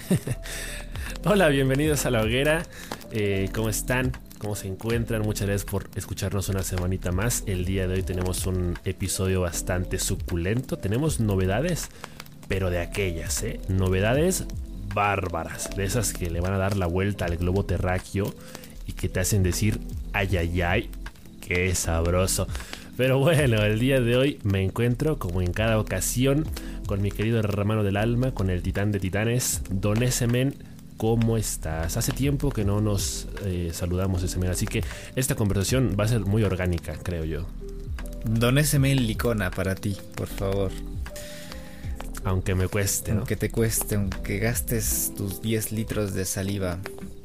Hola, bienvenidos a La Hoguera. ¿Cómo están? ¿Cómo se encuentran? Muchas gracias por escucharnos una semanita más. El día de hoy tenemos un episodio bastante suculento. Tenemos novedades, pero de aquellas, novedades bárbaras. De esas que le van a dar la vuelta al globo terráqueo y que te hacen decir, ay, ay, ay, qué sabroso. Pero bueno, el día de hoy me encuentro, como en cada ocasión, con mi querido hermano del alma, con el titán de titanes, Don S-Men. ¿Cómo estás? Hace tiempo que no nos saludamos, S-Men, así que esta conversación va a ser muy orgánica, creo yo. Don S-Men Licona para ti, por favor. Aunque me cueste, ¿no? Aunque te cueste, aunque gastes tus 10 litros de saliva.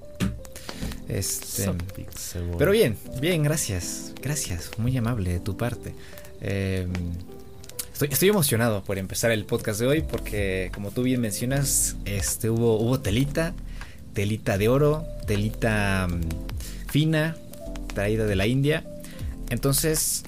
Pero bien, gracias. Gracias, muy amable de tu parte. Estoy emocionado por empezar el podcast de hoy porque, como tú bien mencionas, hubo telita de oro, telita fina, traída de la India. Entonces,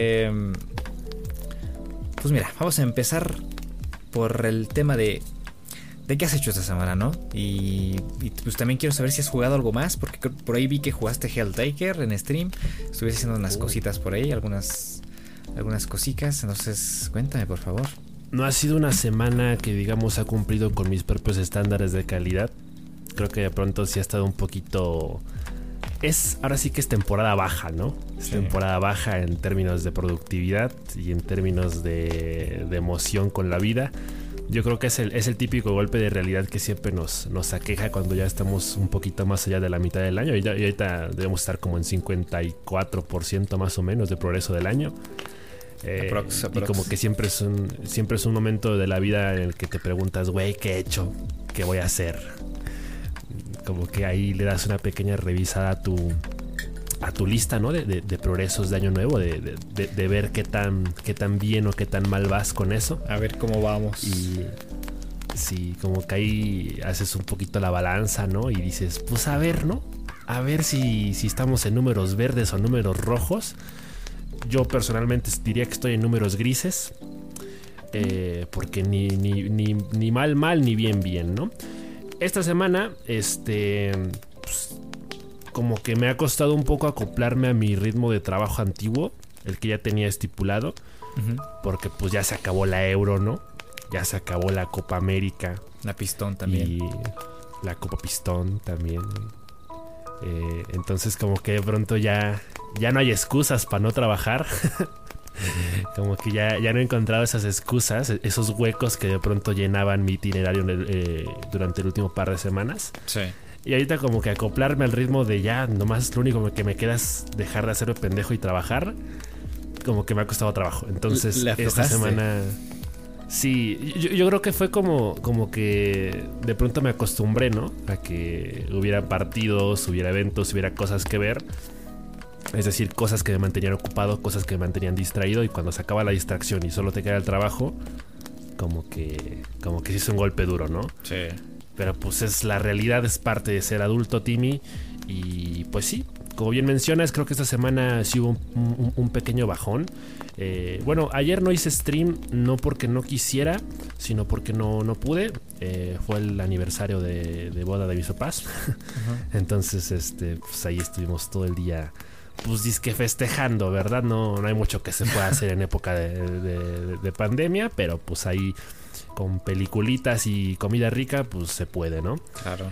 pues mira, vamos a empezar por el tema de qué has hecho esta semana, ¿no? Y pues también quiero saber si has jugado algo más, porque por ahí vi que jugaste Helltaker en stream. Estuviste haciendo unas cositas por ahí, algunas cositas. Entonces, cuéntame, por favor. No ha sido una semana que, digamos, ha cumplido con mis propios estándares de calidad. Creo que de pronto sí ha estado un poquito... Ahora sí que es temporada baja, ¿no? Es temporada baja en términos de productividad y en términos de emoción con la vida. Yo creo que es el típico golpe de realidad que siempre nos aqueja cuando ya estamos un poquito más allá de la mitad del año. Y ahorita debemos estar como en 54% más o menos de progreso del año. Aprox. Y como que siempre es un momento de la vida en el que te preguntas, güey, ¿qué he hecho? ¿Qué voy a hacer? Como que ahí le das una pequeña revisada a tu lista, ¿no? De progresos de año nuevo, de ver qué tan bien o qué tan mal vas con eso. A ver cómo vamos. Y sí, como que ahí haces un poquito la balanza, ¿no? Y dices, pues a ver, ¿no? A ver si estamos en números verdes o números rojos. Yo personalmente diría que estoy en números grises. Porque ni mal, ni bien, ¿no? Esta semana, pues, como que me ha costado un poco acoplarme a mi ritmo de trabajo antiguo, el que ya tenía estipulado, porque pues ya se acabó la Euro, ¿no? Ya se acabó la Copa América. La Pistón también. Y la Copa Pistón también. Entonces como que de pronto ya no hay excusas para no trabajar. Como que ya no he encontrado esas excusas, esos huecos que de pronto llenaban mi itinerario durante el último par de semanas. Sí. Y ahorita como que acoplarme al ritmo de ya, nomás lo único que me queda es dejar de hacerme pendejo y trabajar. Como que me ha costado trabajo. Entonces esta semana... Sí, yo creo que fue como que de pronto me acostumbré, ¿no? A que hubiera partidos, hubiera eventos, hubiera cosas que ver. Es decir, cosas que me mantenían ocupado, cosas que me mantenían distraído. Y cuando se acaba la distracción y solo te queda el trabajo, como que sí es un golpe duro, ¿no? Sí. Pero pues la realidad, es parte de ser adulto, Timmy. Y pues sí, como bien mencionas, creo que esta semana sí hubo un pequeño bajón. Bueno, ayer no hice stream, no porque no quisiera, sino porque no pude. Fue el aniversario de boda de mis papás. Entonces, pues ahí estuvimos todo el día, pues disque festejando, ¿verdad? No hay mucho que se pueda hacer en época de pandemia, pero pues ahí con peliculitas y comida rica, pues se puede, ¿no? Claro.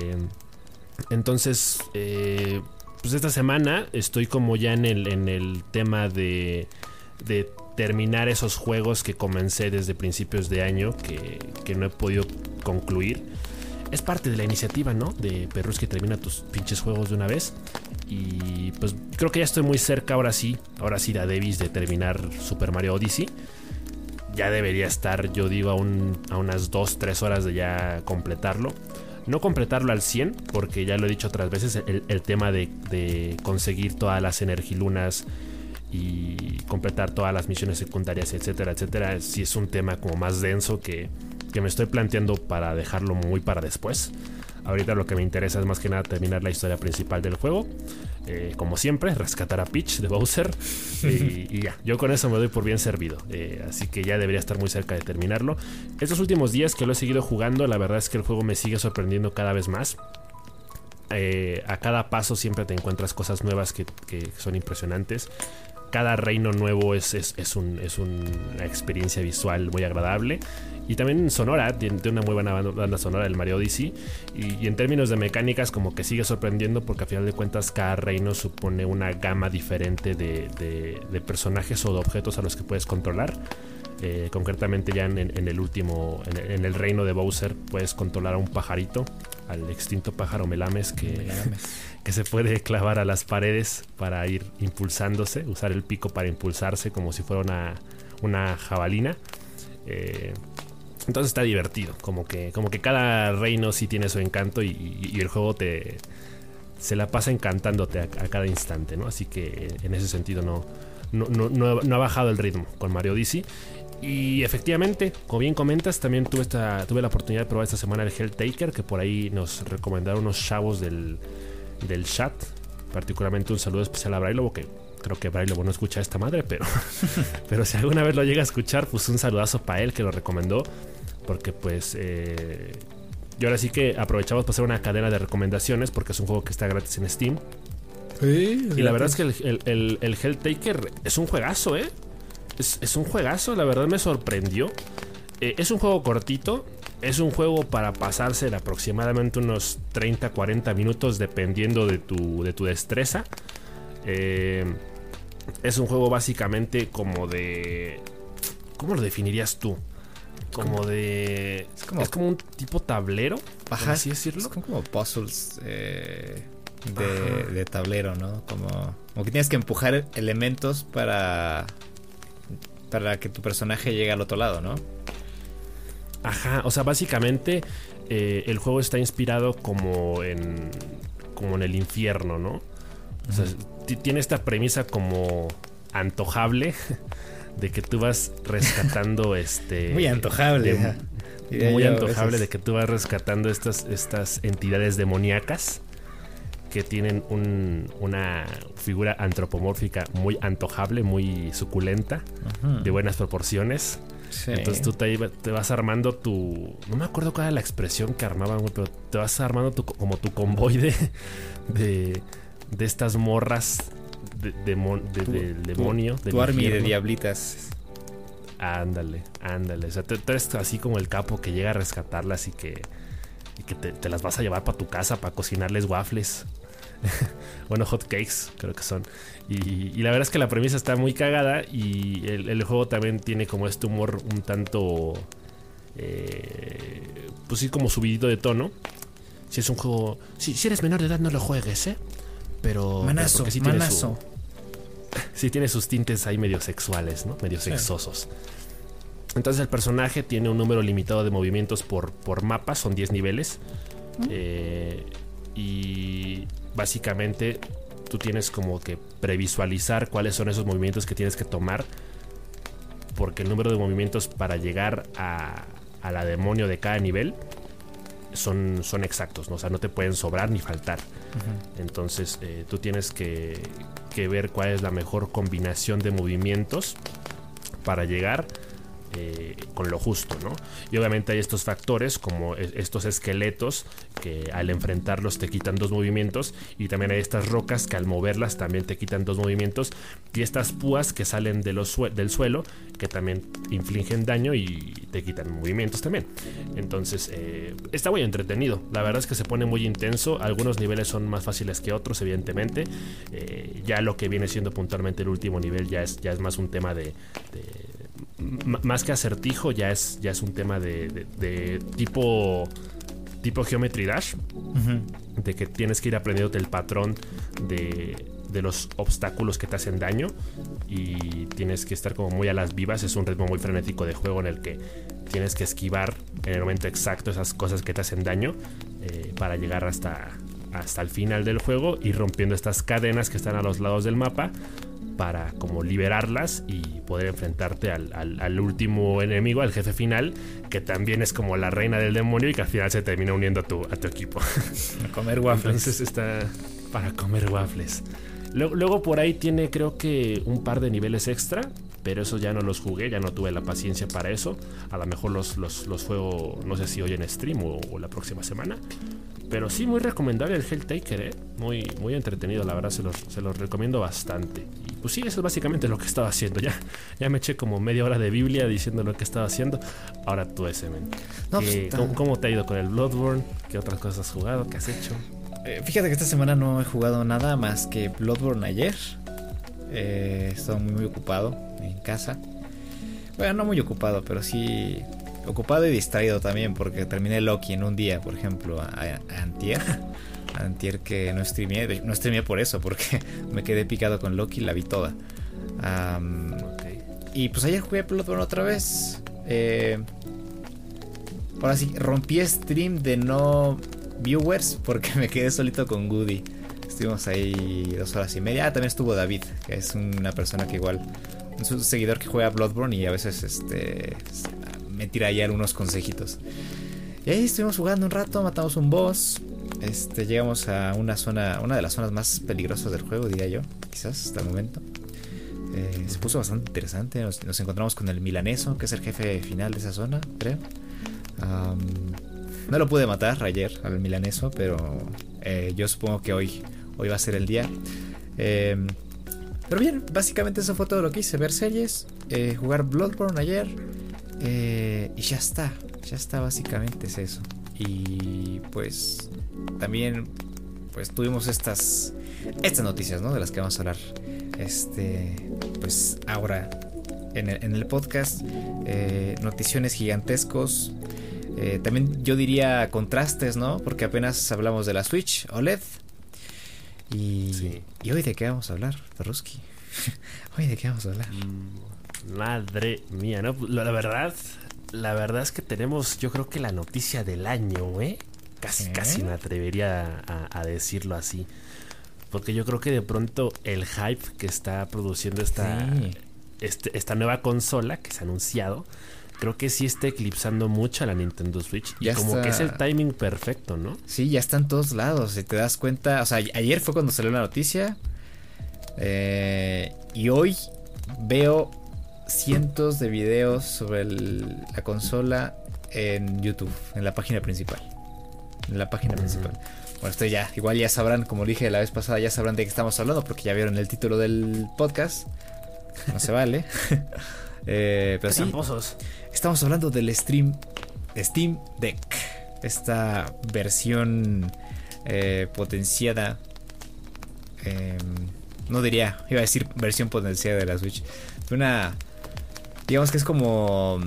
Entonces, pues esta semana estoy como ya en el tema de terminar esos juegos que comencé desde principios de año que no he podido concluir. Es parte de la iniciativa, ¿no? De Perrus, que termina tus pinches juegos de una vez. Y pues creo que ya estoy muy cerca, ahora sí a Davis, de terminar Super Mario Odyssey. Ya debería estar, yo digo, a unas 2-3 horas de ya completarlo. No completarlo al 100, porque ya lo he dicho otras veces, el tema de conseguir todas las energilunas y completar todas las misiones secundarias, etcétera, etcétera, sí es un tema como más denso que me estoy planteando para dejarlo muy para después. Ahorita lo que me interesa es más que nada terminar la historia principal del juego. Como siempre, rescatar a Peach de Bowser. Y ya, yo con eso me doy por bien servido. Así que ya debería estar muy cerca de terminarlo. Estos últimos días que lo he seguido jugando, la verdad es que el juego me sigue sorprendiendo cada vez más. A cada paso siempre te encuentras cosas nuevas que son impresionantes. Cada reino nuevo es una experiencia visual muy agradable. Y también sonora, tiene una muy buena banda sonora del Mario Odyssey. Y en términos de mecánicas, como que sigue sorprendiendo, porque a final de cuentas cada reino supone una gama diferente de personajes o de objetos a los que puedes controlar. Concretamente ya en el último, en el reino de Bowser, puedes controlar a un pajarito, al extinto pájaro Melames, que se puede clavar a las paredes para ir impulsándose, usar el pico para impulsarse como si fuera una jabalina. Entonces está divertido, como que cada reino sí tiene su encanto y el juego se la pasa encantándote a cada instante, ¿no? Así que en ese sentido no ha bajado el ritmo con Mario Odyssey. Y efectivamente, como bien comentas, también tuve la oportunidad de probar esta semana el Helltaker, que por ahí nos recomendaron unos chavos del chat. Particularmente un saludo especial a Brailobo, que creo que Brailobo no escucha esta madre, pero si alguna vez lo llega a escuchar, pues un saludazo para él, que lo recomendó. Porque pues yo ahora sí que aprovechamos para hacer una cadena de recomendaciones, porque es un juego que está gratis en Steam. Sí, y la verdad es que el Helltaker es un juegazo, es un juegazo, la verdad me sorprendió. Es un juego cortito, es un juego para pasárselo aproximadamente unos 30-40 minutos dependiendo de tu destreza. Es un juego básicamente como de... ¿Cómo lo definirías tú? Es como un tipo tablero, ajá, así decirlo. Son como puzzles de tablero, ¿no? Como que tienes que empujar elementos para que tu personaje llegue al otro lado, ¿no? Ajá, o sea, básicamente el juego está inspirado como en el infierno, ¿no? O sea, tiene esta premisa como antojable de que tú vas rescatando muy antojable, muy antojable de que tú vas rescatando estas entidades demoníacas que tienen una figura antropomórfica muy antojable, muy suculenta, de buenas proporciones. Sí. Entonces tú te vas armando no me acuerdo cuál era la expresión que armaban, pero te vas armando como tu convoy de estas morras del demonio. Tu army de diablitas. Ándale. O sea, tú eres así como el capo que llega a rescatarlas y que te las vas a llevar para tu casa para cocinarles waffles. Bueno, hot cakes creo que son. Y la verdad es que la premisa está muy cagada. Y el juego también tiene como este humor un tanto pues sí, como subidito de tono. Si es un juego, si eres menor de edad no lo juegues, pero manazo, sí manazo. Sí tiene sus tintes ahí medio sexuales, ¿no? Medio sexosos. Entonces el personaje tiene un número limitado de movimientos por mapa, son 10 niveles. Y básicamente tú tienes como que previsualizar cuáles son esos movimientos que tienes que tomar, porque el número de movimientos para llegar a la demonio de cada nivel son exactos, ¿no? O sea, no te pueden sobrar ni faltar. Entonces tú tienes que ver cuál es la mejor combinación de movimientos para llegar con lo justo, ¿no? Y obviamente hay estos factores como estos esqueletos que al enfrentarlos te quitan 2 movimientos, y también hay estas rocas que al moverlas también te quitan 2 movimientos, y estas púas que salen del suelo que también infligen daño y te quitan movimientos también. Entonces está muy entretenido, la verdad es que se pone muy intenso. Algunos niveles son más fáciles que otros, evidentemente. Ya lo que viene siendo puntualmente el último nivel ya es más un tema de más que acertijo, ya es un tema de tipo Geometry Dash, de que tienes que ir aprendiéndote el patrón de los obstáculos que te hacen daño, y tienes que estar como muy a las vivas. Es un ritmo muy frenético de juego en el que tienes que esquivar en el momento exacto esas cosas que te hacen daño, para llegar hasta el final del juego, y rompiendo estas cadenas que están a los lados del mapa para como liberarlas y poder enfrentarte al último enemigo, al jefe final, que también es como la reina del demonio y que al final se termina uniendo a tu equipo. A comer waffles. Entonces está para comer waffles. Luego por ahí tiene creo que un par de niveles extra, pero eso ya no los jugué, ya no tuve la paciencia para eso. A lo mejor los juego, no sé si hoy en stream o la próxima semana. Pero sí, muy recomendable el Helltaker, muy, muy entretenido, la verdad, se los recomiendo bastante. Y pues sí, eso es básicamente lo que estaba haciendo. Ya me eché como media hora de Biblia diciendo lo que estaba haciendo. Ahora tú ese, men. No, pues, ¿Cómo te ha ido con el Bloodborne? ¿Qué otras cosas has jugado? ¿Qué has hecho? Fíjate que esta semana no he jugado nada más que Bloodborne ayer. He estado muy ocupado en casa. Bueno, no muy ocupado, pero sí ocupado y distraído también, porque terminé Loki en un día, por ejemplo, antier que no streameé por eso, porque me quedé picado con Loki, la vi toda. Okay. Y pues ayer jugué Bloodborne otra vez. Ahora sí, rompí stream de no viewers porque me quedé solito con Goody. Estuvimos ahí 2 horas y media. También estuvo David, que es una persona que igual es un seguidor que juega Bloodborne y a veces me tira ahí algunos consejitos. Y ahí estuvimos jugando un rato, matamos un boss. Llegamos a una de las zonas más peligrosas del juego, diría yo, quizás hasta el momento. Se puso bastante interesante. Nos encontramos con el milaneso, que es el jefe final de esa zona, creo. No lo pude matar ayer al milaneso, pero yo supongo que hoy va a ser el día. Pero bien, básicamente eso fue todo lo que hice. Ver series, jugar Bloodborne ayer, y ya está, básicamente es eso. Y pues también pues tuvimos estas noticias, ¿no? De las que vamos a hablar pues ahora en el podcast. Noticiones gigantescos. También yo diría contrastes, ¿no? Porque apenas hablamos de la Switch OLED. ¿Y hoy de qué vamos a hablar, Perruski? ¿Hoy de qué vamos a hablar? Madre mía, ¿no? La verdad es que tenemos, yo creo que la noticia del año, ¿eh? Casi me atrevería a decirlo así. Porque yo creo que de pronto el hype que está produciendo esta nueva consola que se ha anunciado, creo que sí está eclipsando mucho a la Nintendo Switch. Y ya como que es el timing perfecto, ¿no? Sí, ya está en todos lados. Si te das cuenta, o sea, ayer fue cuando salió la noticia. Y hoy veo cientos de videos sobre la consola en YouTube, en la página principal. Bueno, esto igual ya sabrán, como dije la vez pasada, ya sabrán de qué estamos hablando porque ya vieron el título del podcast. No se vale. Pero sí, tramposos. Estamos hablando del Steam Deck. Esta versión potenciada. No diría, iba a decir versión potenciada de la Switch. Digamos que es como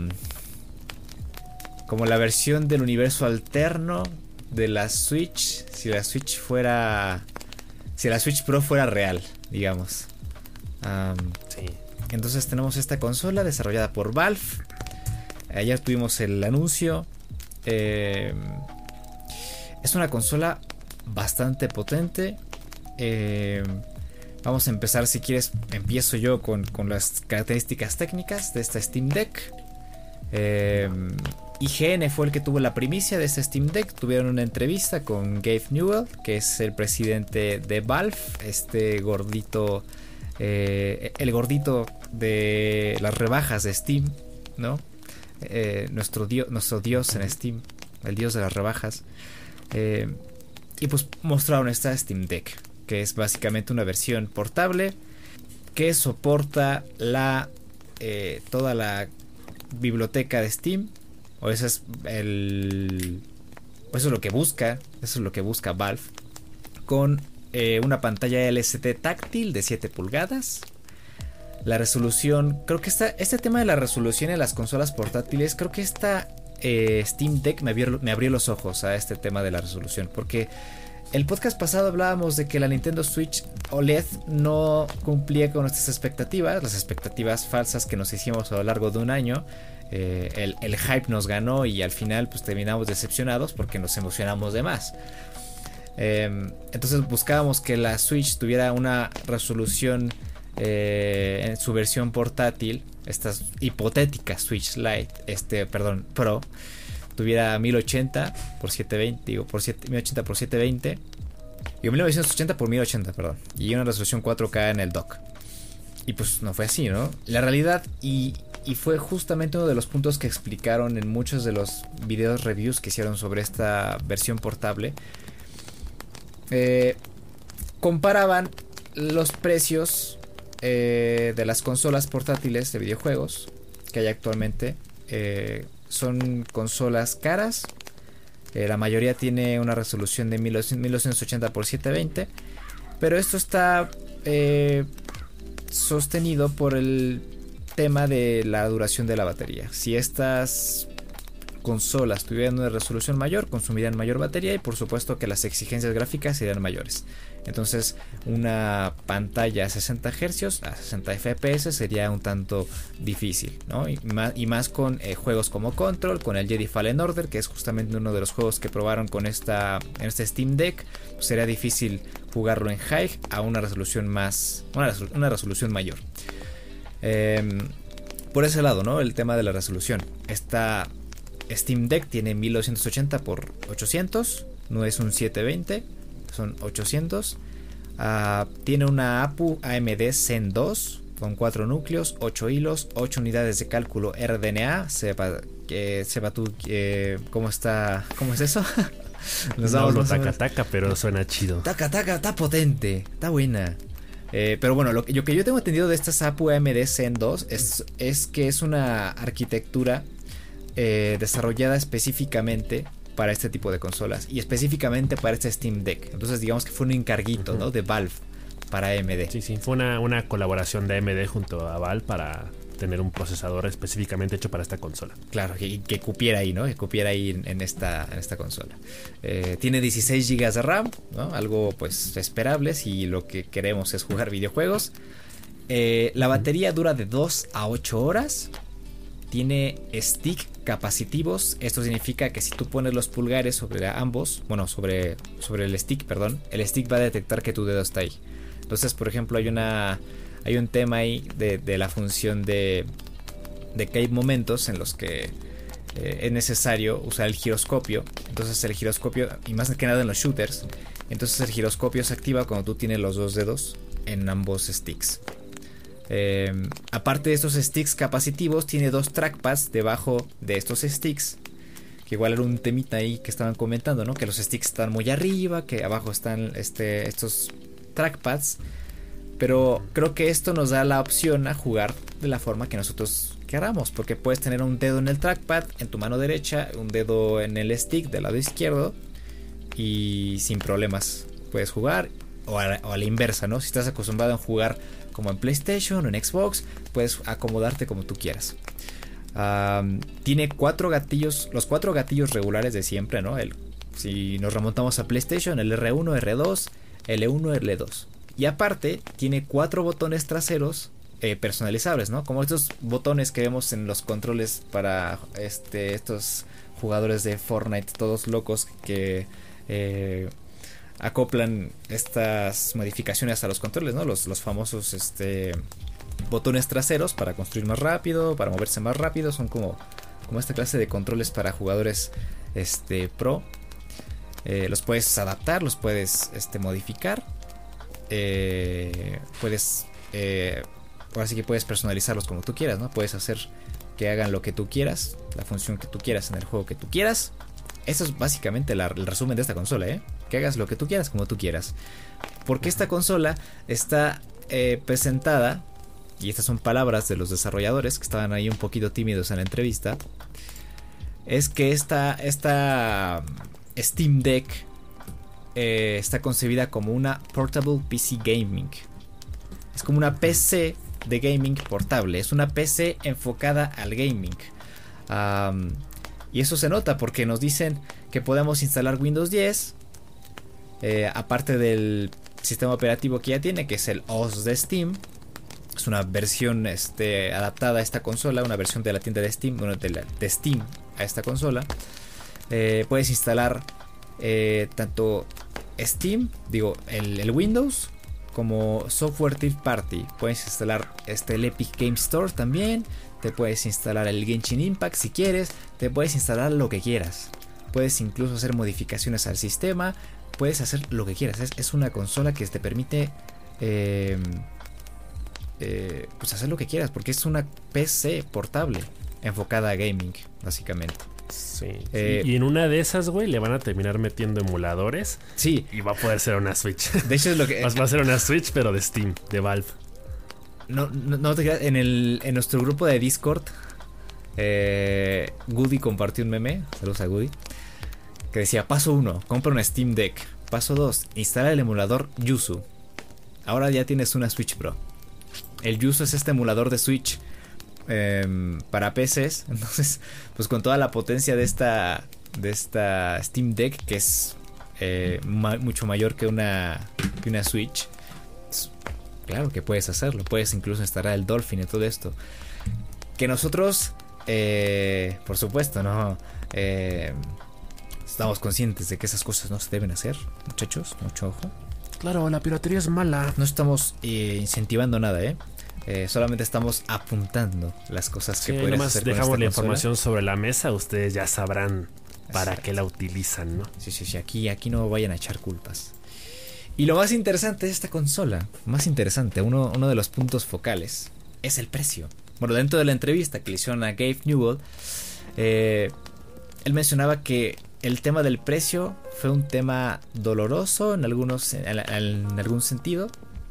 la versión del universo alterno de la Switch. Si la Switch Pro fuera real, digamos. Sí. Entonces tenemos esta consola desarrollada por Valve. Ayer tuvimos el anuncio. Es una consola bastante potente. Vamos a empezar, si quieres, empiezo yo con las características técnicas de esta Steam Deck. IGN fue el que tuvo la primicia de este Steam Deck. Tuvieron una entrevista con Gabe Newell, que es el presidente de Valve. Este gordito, el gordito de las rebajas de Steam, ¿no? Nuestro dios en Steam, el dios de las rebajas. Y pues mostraron esta Steam Deck, que es básicamente una versión portable que soporta toda la biblioteca de Steam. O eso es lo que busca Valve, con una pantalla LCD táctil de 7 pulgadas. La resolución, creo que este tema de la resolución en las consolas portátiles, creo que esta Steam Deck me abrió los ojos a este tema de la resolución, porque el podcast pasado hablábamos de que la Nintendo Switch OLED no cumplía con nuestras expectativas, las expectativas falsas que nos hicimos a lo largo de un año. El hype nos ganó y al final pues terminamos decepcionados porque nos emocionamos de más. Entonces buscábamos que la Switch tuviera una resolución en su versión portátil, esta hipotética Switch Lite, Pro, tuviera 1080 por 720, 1080 por 720, 1980 por 1080, perdón, y una resolución 4K en el dock. Y pues no fue así, ¿no? La realidad, y fue justamente uno de los puntos que explicaron en muchos de los videos reviews que hicieron sobre esta versión portable. Comparaban los precios de las consolas portátiles de videojuegos que hay actualmente. Son consolas caras. La mayoría tiene una resolución de 1980 x 720. Pero esto está sostenido por el tema de la duración de la batería. Si estas consolas tuvieran una resolución mayor, consumirían mayor batería y por supuesto que las exigencias gráficas serían mayores. Entonces una pantalla a 60 Hz, a 60 FPS sería un tanto difícil, ¿no? Y más con juegos como Control, con el Jedi Fallen Order, que es justamente uno de los juegos que probaron en este Steam Deck. Pues sería difícil jugarlo en high a una resolución una resolución mayor. Por ese lado, ¿no? El tema de la resolución. Esta Steam Deck tiene 1280 x 800, no es un 720, son 800. Tiene una APU AMD Zen 2 con 4 núcleos, 8 hilos, 8 unidades de cálculo RDNA. Sepa tú cómo es eso. No taca, pero suena chido. Taca, está potente, está buena. Pero bueno, lo que yo tengo entendido de estas APU AMD Zen 2 es que es una arquitectura desarrollada específicamente para este tipo de consolas y específicamente para este Steam Deck. Entonces digamos que fue un encarguito, ¿no? De Valve para AMD. Sí, fue una colaboración de AMD junto a Valve para tener un procesador específicamente hecho para esta consola. Claro, que cupiera ahí, ¿no? Que cupiera ahí en esta consola. Tiene 16 GB de RAM, ¿no? Algo pues esperable si lo que queremos es jugar videojuegos. La batería dura de 2 a 8 horas. Tiene stick capacitivos. Esto significa que si tú pones los pulgares sobre sobre el stick, perdón, el stick va a detectar que tu dedo está ahí. Entonces, por ejemplo, hay un tema ahí de la función de que hay momentos en los que es necesario usar el giroscopio. Entonces el giroscopio, y más que nada en los shooters, entonces el giroscopio se activa cuando tú tienes los dos dedos en ambos sticks. Aparte de estos sticks capacitivos, tiene 2 trackpads debajo de estos sticks. Que igual era un temita ahí que estaban comentando, ¿no? Que los sticks están muy arriba, que abajo están estos trackpads. Pero creo que esto nos da la opción a jugar de la forma que nosotros queramos. Porque puedes tener un dedo en el trackpad, en tu mano derecha, un dedo en el stick del lado izquierdo, y sin problemas puedes jugar. O a la inversa, ¿no? Si estás acostumbrado a jugar como en PlayStation o en Xbox, puedes acomodarte como tú quieras. Tiene 4 gatillos, los 4 gatillos regulares de siempre, ¿no? Si nos remontamos a PlayStation, el R1, R2, L1, L2. Y aparte, tiene 4 botones traseros personalizables, ¿no? Como estos botones que vemos en los controles para estos jugadores de Fortnite, todos locos que acoplan estas modificaciones a los controles, ¿no? Los famosos botones traseros para construir más rápido, para moverse más rápido. Son como esta clase de controles para jugadores pro. Los puedes adaptar, los puedes modificar. Ahora sí que puedes personalizarlos como tú quieras, ¿no? Puedes hacer que hagan lo que tú quieras, la función que tú quieras en el juego que tú quieras. Eso es básicamente el resumen de esta consola, que hagas lo que tú quieras como tú quieras. Porque esta consola está presentada, y estas son palabras de los desarrolladores que estaban ahí un poquito tímidos en la entrevista, es que esta Steam Deck está concebida como una Portable PC Gaming. Es como una PC de gaming portable, es una PC enfocada al gaming. Y eso se nota porque nos dicen que podemos instalar Windows 10, aparte del sistema operativo que ya tiene, que es el OS de Steam. Es una versión adaptada a esta consola, una versión de la tienda de Steam, de Steam a esta consola. Puedes instalar tanto Steam, el Windows, como software third party. Puedes instalar el Epic Game Store también. Te puedes instalar el Genshin Impact si quieres. Te puedes instalar lo que quieras. Puedes incluso hacer modificaciones al sistema. Puedes hacer lo que quieras. Es una consola que te permite pues hacer lo que quieras, porque es una PC portable enfocada a gaming, básicamente. Sí. Y en una de esas, güey, le van a terminar metiendo emuladores. Sí. Y va a poder ser una Switch. De hecho, es lo que. Va a ser una Switch, pero de Steam, de Valve. No te creas. En nuestro grupo de Discord, Goody compartió un meme. Saludos a Goody. Que decía: paso 1, compra una Steam Deck. Paso 2, instala el emulador Yuzu. Ahora ya tienes una Switch Pro. El Yuzu es este emulador de Switch para PCs. Entonces, pues con toda la potencia de esta Steam Deck, que es mucho mayor que una Switch, pues, claro que puedes hacerlo. Puedes incluso instalar el Dolphin y todo esto. Que nosotros, por supuesto, no estamos conscientes de que esas cosas no se deben hacer, muchachos, mucho ojo. Claro, la piratería es mala. No estamos incentivando nada, solamente estamos apuntando las cosas que puedes hacer con dejamos esta la consola. Información sobre la mesa, ustedes ya sabrán para qué la utilizan, ¿no? Sí, aquí no vayan a echar culpas. Y lo más interesante de esta consola, uno de los puntos focales, es el precio. Bueno, dentro de la entrevista que le hicieron a Gabe Newell, él mencionaba que el tema del precio fue un tema doloroso en algún sentido,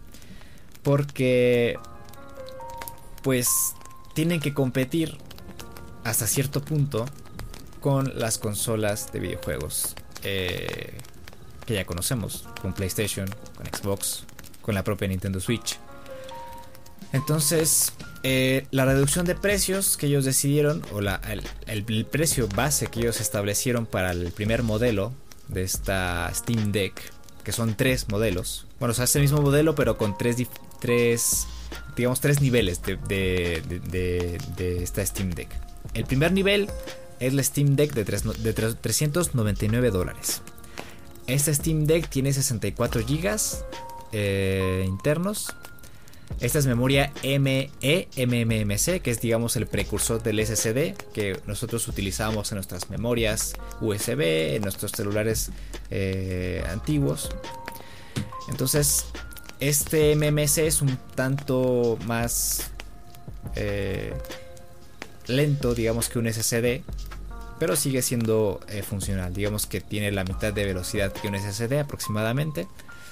porque pues tienen que competir hasta cierto punto con las consolas de videojuegos que ya conocemos, con PlayStation, con Xbox, con la propia Nintendo Switch. Entonces, la reducción de precios que ellos decidieron, o el precio base que ellos establecieron para el primer modelo de esta Steam Deck, que son 3 modelos. Bueno, o sea, es el mismo modelo, pero con tres niveles de esta Steam Deck. El primer nivel es la Steam Deck de $399. Esta Steam Deck tiene 64 GB internos. Esta es memoria MMC, que es, digamos, el precursor del SSD que nosotros utilizamos en nuestras memorias USB, en nuestros celulares antiguos. Entonces, este MMC es un tanto más lento, digamos, que un SSD, pero sigue siendo funcional. Digamos que tiene la mitad de velocidad que un SSD aproximadamente.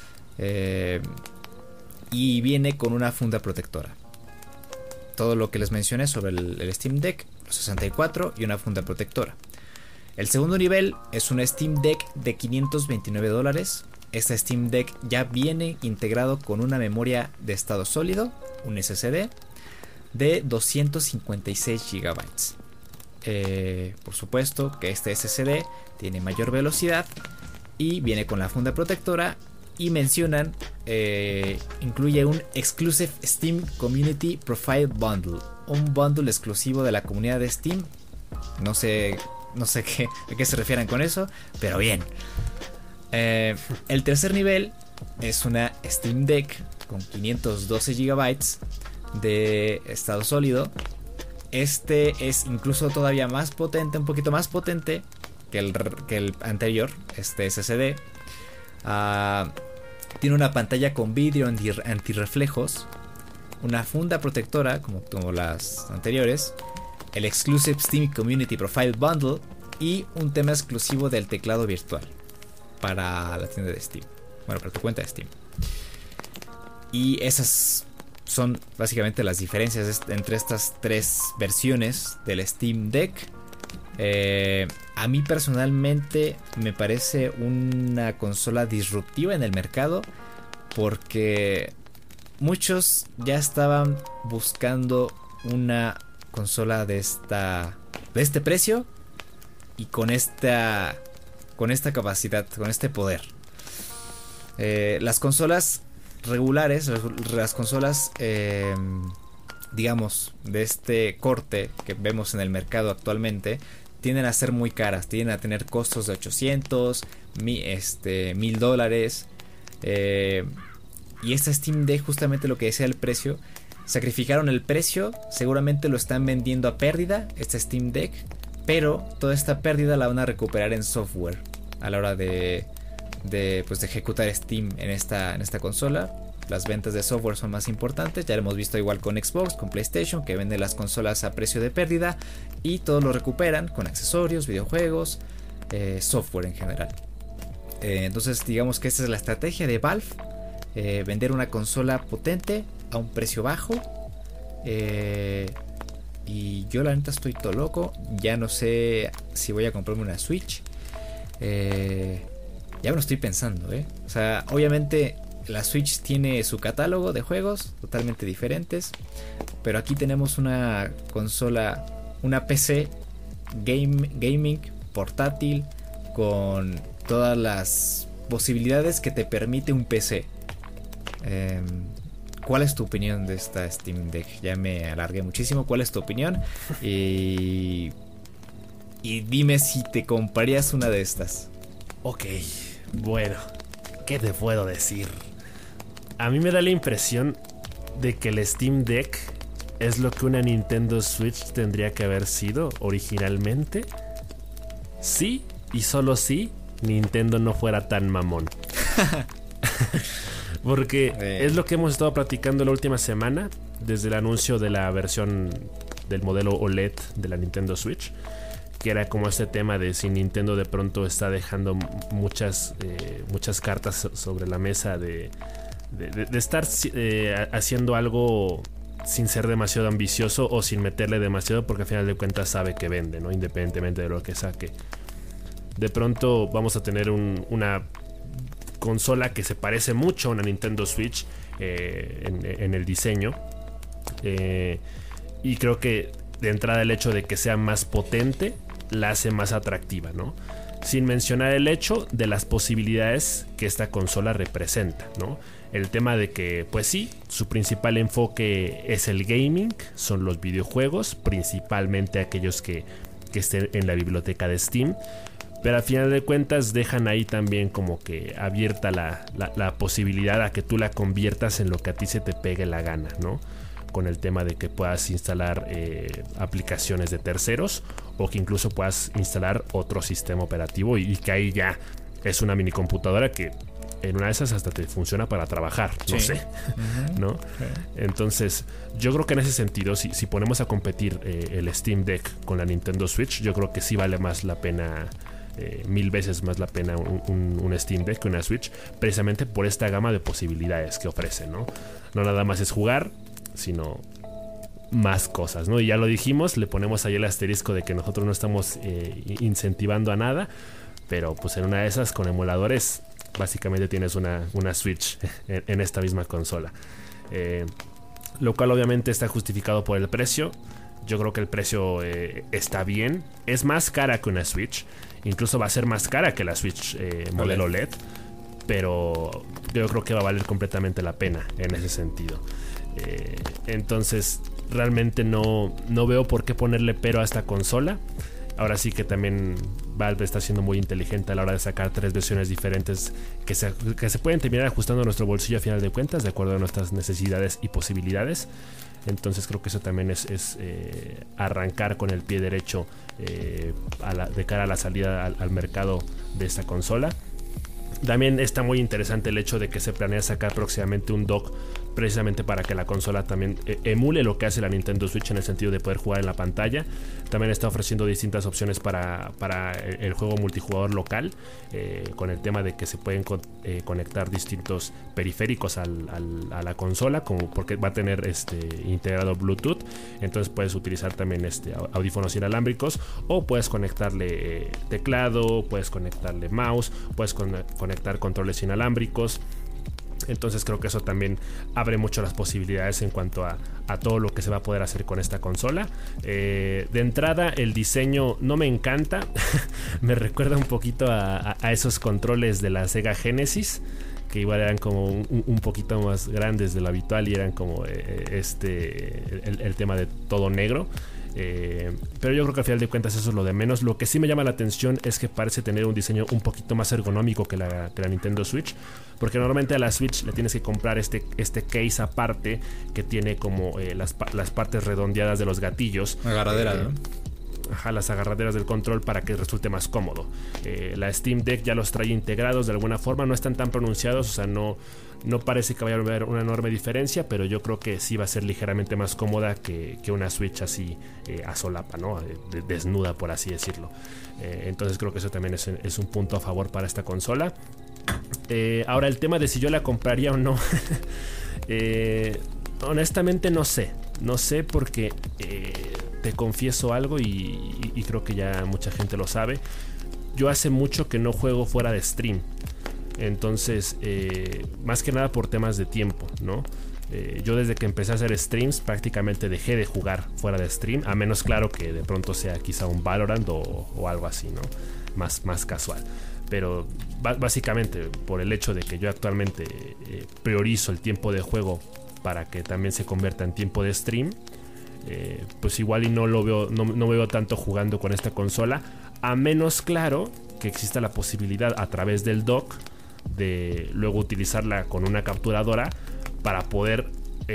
Y viene con una funda protectora. Todo lo que les mencioné sobre el Steam Deck, los 64 y una funda protectora. El segundo nivel es una Steam Deck de $529. Esta Steam Deck ya viene integrado con una memoria de estado sólido, un SSD, de 256 GB. Por supuesto que este SSD tiene mayor velocidad y viene con la funda protectora. Y mencionan, incluye un Exclusive Steam Community Profile Bundle, un bundle exclusivo de la comunidad de Steam. No sé a qué se refieran con eso, pero bien. El tercer nivel es una Steam Deck con 512 GB de estado sólido. Este es incluso todavía más potente, un poquito más potente que el anterior, este SSD. Tiene una pantalla con vidrio antirreflejos, una funda protectora como las anteriores, el Exclusive Steam Community Profile Bundle y un tema exclusivo del teclado virtual para la tienda de Steam. Bueno, para tu cuenta de Steam. Y esas son básicamente las diferencias entre estas 3 versiones del Steam Deck. A mí personalmente me parece una consola disruptiva en el mercado, porque muchos ya estaban buscando una consola de este precio y con esta capacidad, con este poder. Las consolas regulares, las consolas digamos de este corte que vemos en el mercado actualmente, tienden a ser muy caras, tienden a tener costos de $800, $1,000. Y esta Steam Deck, justamente lo que decía el precio, sacrificaron el precio, seguramente lo están vendiendo a pérdida, esta Steam Deck, pero toda esta pérdida la van a recuperar en software a la hora de ejecutar Steam en esta consola. Las ventas de software son más importantes, ya lo hemos visto igual con Xbox, con PlayStation, que venden las consolas a precio de pérdida y todo lo recuperan con accesorios, videojuegos, software en general. Entonces digamos que esta es la estrategia de Valve, vender una consola potente a un precio bajo. Y yo la neta estoy todo loco, ya no sé si voy a comprarme una Switch. Ya me lo estoy pensando, O sea, obviamente la Switch tiene su catálogo de juegos totalmente diferentes, pero aquí tenemos una consola, una PC gaming portátil con todas las posibilidades que te permite un PC. ¿Cuál es tu opinión de esta Steam Deck? Ya me alargué muchísimo. ¿Cuál es tu opinión? Y dime si te comprarías una de estas. Ok, bueno, ¿qué te puedo decir? A mí me da la impresión de que el Steam Deck es lo que una Nintendo Switch tendría que haber sido originalmente. Sí, y solo si Nintendo no fuera tan mamón. Porque es lo que hemos estado platicando la última semana, desde el anuncio de la versión del modelo OLED de la Nintendo Switch, que era como este tema de si Nintendo de pronto está dejando muchas cartas sobre la mesa de estar haciendo algo sin ser demasiado ambicioso o sin meterle demasiado, porque al final de cuentas sabe que vende, ¿no? Independientemente de lo que saque. De pronto vamos a tener una consola que se parece mucho a una Nintendo Switch en el diseño, y creo que de entrada el hecho de que sea más potente la hace más atractiva, ¿no? Sin mencionar el hecho de las posibilidades que esta consola representa, ¿no? El tema de que, pues sí, su principal enfoque es el gaming, son los videojuegos, principalmente aquellos que estén en la biblioteca de Steam. Pero al final de cuentas dejan ahí también como que abierta la posibilidad a que tú la conviertas en lo que a ti se te pegue la gana, ¿no? Con el tema de que puedas instalar aplicaciones de terceros, o que incluso puedas instalar otro sistema operativo y que ahí ya es una mini computadora que en una de esas hasta te funciona para trabajar, no sé, ¿no? Sí. Entonces yo creo que en ese sentido, si ponemos a competir el Steam Deck con la Nintendo Switch, yo creo que sí vale más la pena, 1000 veces más la pena un Steam Deck que una Switch, precisamente por esta gama de posibilidades que ofrece, ¿no? No nada más es jugar, sino más cosas, ¿no? Y ya lo dijimos, le ponemos ahí el asterisco de que nosotros no estamos incentivando a nada, pero pues en una de esas con emuladores básicamente tienes una Switch en esta misma consola, lo cual obviamente está justificado por el precio. Yo creo que el precio está bien, es más cara que una Switch, incluso va a ser más cara que la Switch modelo LED, pero yo creo que va a valer completamente la pena en ese sentido. Entonces realmente no veo por qué ponerle pero a esta consola. Ahora sí que también Valve está siendo muy inteligente a la hora de sacar 3 versiones diferentes que se pueden terminar ajustando a nuestro bolsillo a final de cuentas, de acuerdo a nuestras necesidades y posibilidades. Entonces creo que eso también es arrancar con el pie derecho de cara a la salida al mercado de esta consola. También está muy interesante el hecho de que se planea sacar próximamente un dock precisamente para que la consola también emule lo que hace la Nintendo Switch en el sentido de poder jugar en la pantalla. También está ofreciendo distintas opciones para el juego multijugador local, con el tema de que se pueden conectar distintos periféricos a la consola, como porque va a tener integrado Bluetooth. Entonces puedes utilizar también audífonos inalámbricos, o puedes conectarle teclado, puedes conectarle mouse, puedes conectar controles inalámbricos. Entonces creo que eso también abre mucho las posibilidades en cuanto a todo lo que se va a poder hacer con esta consola. De entrada el diseño no me encanta. Me recuerda un poquito a esos controles de la Sega Genesis, que igual eran como un poquito más grandes de lo habitual y eran como el tema de todo negro. Pero yo creo que al final de cuentas eso es lo de menos. Lo que sí me llama la atención es que parece tener un diseño un poquito más ergonómico que la Nintendo Switch, porque normalmente a la Switch le tienes que comprar este case aparte que tiene como las partes redondeadas de los gatillos, agarradera, ¿no? Ajá, las agarraderas del control para que resulte más cómodo. La Steam Deck ya los trae integrados de alguna forma, no están tan pronunciados, o sea, no parece que vaya a haber una enorme diferencia, pero yo creo que sí va a ser ligeramente más cómoda que una Switch así a solapa, ¿no? Desnuda, por así decirlo. Entonces creo que eso también es un punto a favor para esta consola. Ahora el tema de si yo la compraría o no. Honestamente no sé porque te confieso algo y creo que ya mucha gente lo sabe. Yo hace mucho que no juego fuera de stream. Entonces, más que nada por temas de tiempo, ¿no? Yo desde que empecé a hacer streams prácticamente dejé de jugar fuera de stream, a menos claro que de pronto sea quizá un Valorant o algo así, ¿no? Más casual. Pero básicamente por el hecho de que yo actualmente priorizo el tiempo de juego para que también se convierta en tiempo de stream, pues igual y no veo tanto jugando con esta consola, a menos claro que exista la posibilidad a través del dock de luego utilizarla con una capturadora para poder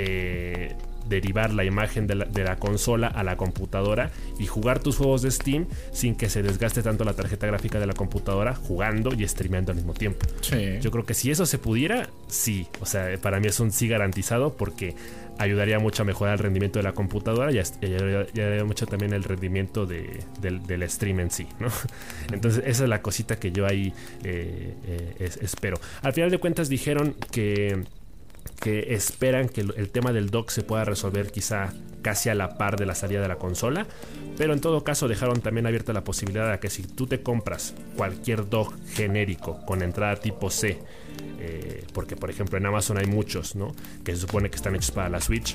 derivar la imagen de la consola a la computadora y jugar tus juegos de Steam sin que se desgaste tanto la tarjeta gráfica de la computadora jugando y streameando al mismo tiempo. Sí. Yo creo que si eso se pudiera, sí. O sea, para mí es un sí garantizado porque ayudaría mucho a mejorar el rendimiento de la computadora y ayudaría mucho también el rendimiento del stream en sí, ¿no? Entonces esa es la cosita que yo ahí espero. Al final de cuentas dijeron que esperan que el tema del dock se pueda resolver quizá casi a la par de la salida de la consola, pero en todo caso dejaron también abierta la posibilidad de que si tú te compras cualquier dock genérico con entrada tipo C, porque por ejemplo en Amazon hay muchos, ¿no?, que se supone que están hechos para la Switch,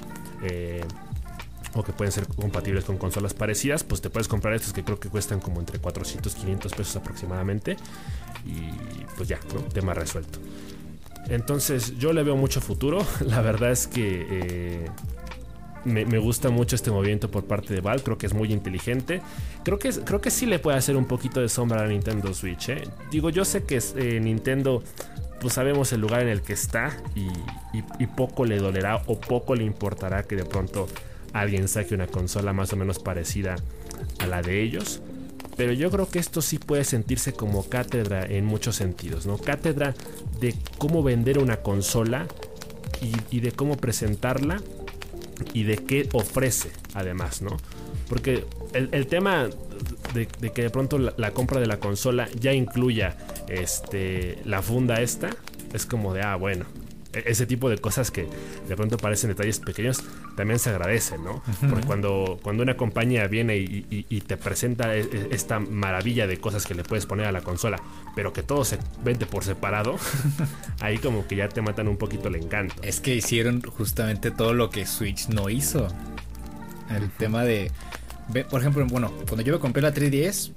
o que pueden ser compatibles con consolas parecidas, pues te puedes comprar estos que creo que cuestan como entre 400 y 500 pesos aproximadamente, y pues ya, ¿no?, tema resuelto. Entonces yo le veo mucho futuro. La verdad es que me gusta mucho este movimiento por parte de Valve. Creo que es muy inteligente. Creo que sí le puede hacer un poquito de sombra a Nintendo Switch, ¿eh? Digo, yo sé que Nintendo, pues sabemos el lugar en el que está y poco le dolerá o poco le importará que de pronto alguien saque una consola más o menos parecida a la de ellos. Pero yo creo que esto sí puede sentirse como cátedra en muchos sentidos, ¿no? Cátedra de cómo vender una consola y de cómo presentarla y de qué ofrece, además, ¿no? Porque el tema de que de pronto la compra de la consola ya incluya la funda esta, es como de, bueno, ese tipo de cosas que de pronto parecen detalles pequeños también se agradecen, ¿no? Porque cuando una compañía viene y te presenta esta maravilla de cosas que le puedes poner a la consola, pero que todo se vende por separado, ahí como que ya te matan un poquito el encanto. Es que hicieron justamente todo lo que Switch no hizo. El tema de, por ejemplo, bueno, cuando yo me compré la 3DS,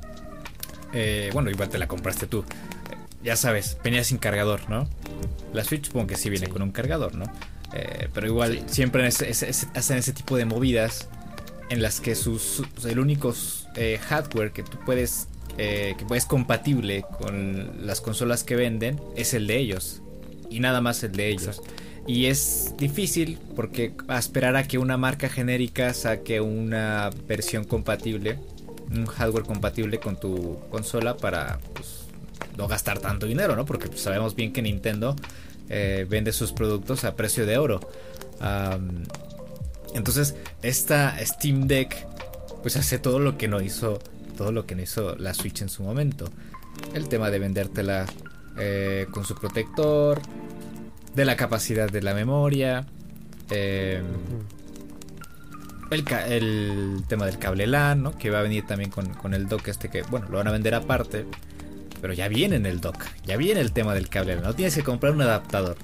bueno, igual te la compraste tú, ya sabes, venía sin cargador, ¿no? La Switch supongo que sí viene con un cargador, ¿no? Pero igual siempre hacen ese tipo de movidas en las que el único hardware que tú puedes que es compatible con las consolas que venden es el de ellos y nada más el de ellos. Exacto. Y es difícil porque a esperar a que una marca genérica saque una versión compatible, un hardware compatible con tu consola para, pues, no gastar tanto dinero, ¿no? Porque pues, sabemos bien que Nintendo vende sus productos a precio de oro. Entonces esta Steam Deck pues hace todo lo que no hizo la Switch en su momento. El tema de vendértela con su protector, de la capacidad de la memoria, el tema del cable LAN, ¿no? Que va a venir también con el dock que, bueno, lo van a vender aparte, pero ya viene en el dock, ya viene el tema del cable LAN, no tienes que comprar un adaptador.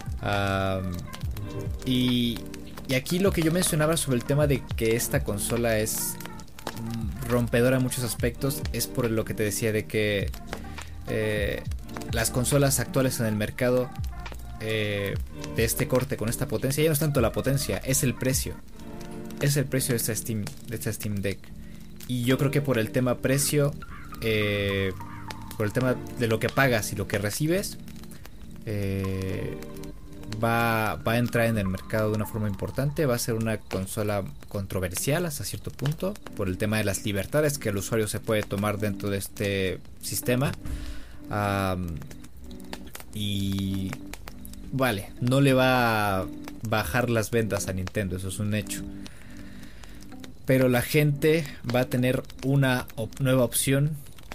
Y aquí lo que yo mencionaba sobre el tema de que esta consola es rompedora en muchos aspectos es por lo que te decía de que las consolas actuales en el mercado de este corte con esta potencia ya no es tanto la potencia, es el precio. es el precio de esta Steam Deck. Y yo creo que por el tema precio, por el tema de lo que pagas y lo que recibes, va a entrar en el mercado de una forma importante. Va a ser una consola controversial hasta cierto punto por el tema de las libertades que el usuario se puede tomar dentro de este sistema. Y vale, no le va a bajar las ventas a Nintendo, eso es un hecho. Pero la gente va a tener una nueva opción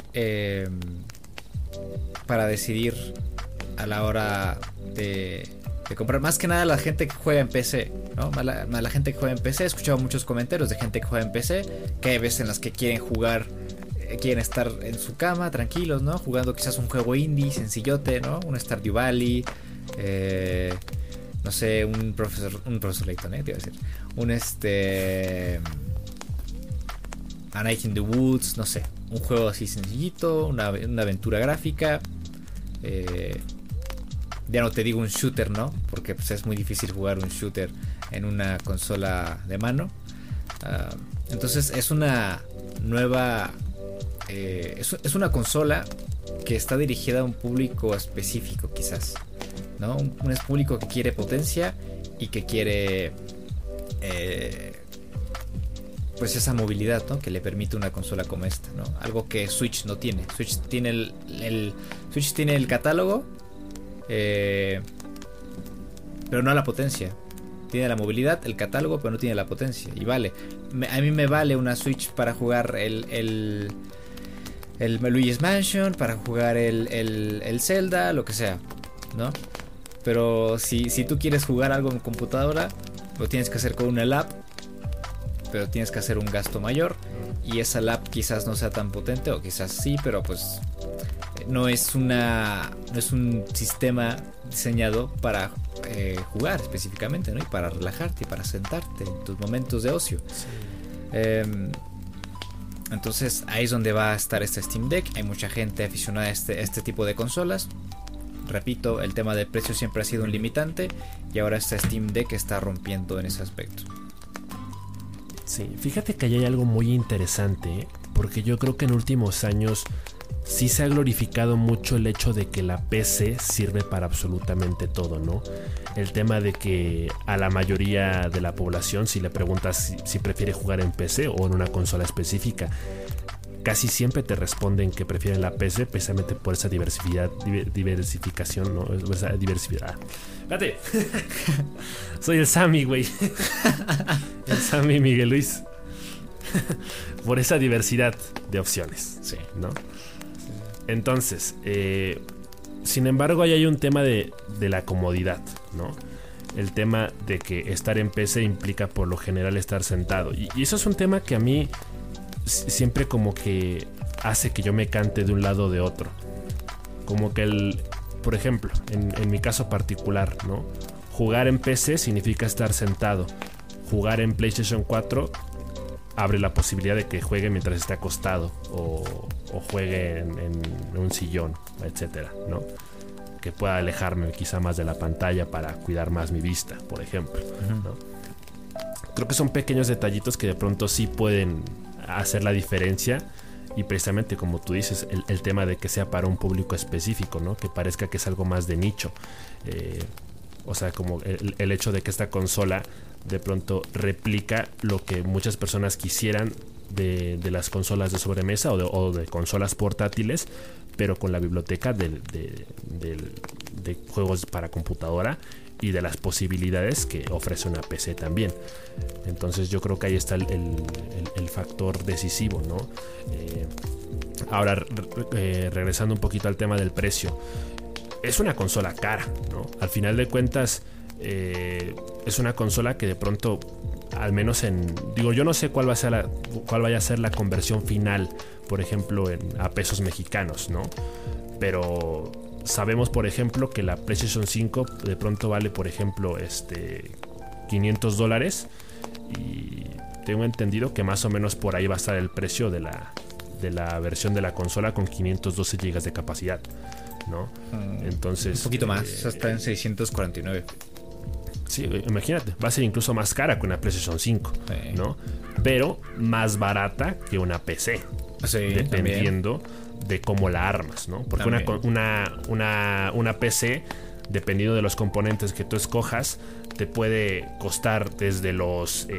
para decidir a la hora de comprar. Más que nada la gente que juega en PC, ¿no? La gente que juega en PC. He escuchado muchos comentarios de gente que juega en PC, que hay veces en las que quieren jugar, quieren estar en su cama tranquilos, ¿no? Jugando quizás un juego indie sencillote, ¿no? Un Stardew Valley, no sé, un Profesor Layton, te iba a decir, A Night in the Woods, no sé, un juego así sencillito, una aventura gráfica. Ya no te digo un shooter, ¿no? Porque pues, es muy difícil jugar un shooter en una consola de mano. Entonces es una nueva... es una consola que está dirigida a un público específico, quizás, ¿no? Un público que quiere potencia y que quiere... pues esa movilidad, ¿no? Que le permite una consola como esta, ¿no? Algo que Switch no tiene. Switch tiene el catálogo, pero no la potencia. Tiene la movilidad, el catálogo, pero no tiene la potencia. Y vale, a mí me vale una Switch para jugar el Luigi's Mansion, para jugar el Zelda, lo que sea, ¿no? Pero si tú quieres jugar algo en computadora, lo tienes que hacer con una lap, pero tienes que hacer un gasto mayor. Y esa lap quizás no sea tan potente, o quizás sí, pero pues no es un sistema diseñado para jugar específicamente, ¿no? Y para relajarte y para sentarte en tus momentos de ocio. Sí. Entonces ahí es donde va a estar este Steam Deck. Hay mucha gente aficionada a este tipo de consolas. Repito, el tema del precio siempre ha sido un limitante, y ahora este Steam Deck está rompiendo en ese aspecto. Sí, fíjate que ahí hay algo muy interesante, porque yo creo que en últimos años sí se ha glorificado mucho el hecho de que la PC sirve para absolutamente todo, ¿no? El tema de que a la mayoría de la población, si le preguntas si prefiere jugar en PC o en una consola específica, casi siempre te responden que prefieren la PC precisamente por esa diversificación, ¿no? Esa diversidad. Espérate. Soy el Sammy, güey. El Sammy Miguel Luis. Por esa diversidad de opciones, sí, ¿no? Entonces, sin embargo, ahí hay un tema de la comodidad, ¿no? El tema de que estar en PC implica por lo general estar sentado. Y eso es un tema que a mí siempre como que hace que yo me cante de un lado o de otro. Como que por ejemplo, en mi caso particular, ¿no? Jugar en PC significa estar sentado. Jugar en PlayStation 4 abre la posibilidad de que juegue mientras esté acostado, o juegue en un sillón, etcétera, ¿no? Que pueda alejarme quizá más de la pantalla para cuidar más mi vista, por ejemplo, ¿no? Creo que son pequeños detallitos que de pronto sí pueden hacer la diferencia, y precisamente como tú dices, el tema de que sea para un público específico, ¿no? Que parezca que es algo más de nicho. O sea, como el hecho de que esta consola de pronto replica lo que muchas personas quisieran de las consolas de sobremesa o de consolas portátiles, pero con la biblioteca de juegos para computadora y de las posibilidades que ofrece una PC también. Entonces yo creo que ahí está el factor decisivo, ¿no? Ahora, regresando un poquito al tema del precio, es una consola cara, ¿no? Al final de cuentas, es una consola que de pronto, al menos yo no sé cuál vaya a ser la conversión final, por ejemplo, a pesos mexicanos, ¿no? Pero sabemos, por ejemplo, que la PlayStation 5 de pronto vale, por ejemplo, $500, y tengo entendido que más o menos por ahí va a estar el precio de la versión de la consola con 512 GB de capacidad, ¿no? Entonces, un poquito más, está en 649. Sí, imagínate, va a ser incluso más cara que una PlayStation 5, Sí. ¿no? Pero más barata que una PC, Sí, dependiendo de cómo la armas, ¿no? Porque una PC, dependiendo de los componentes que tú escojas, te puede costar desde los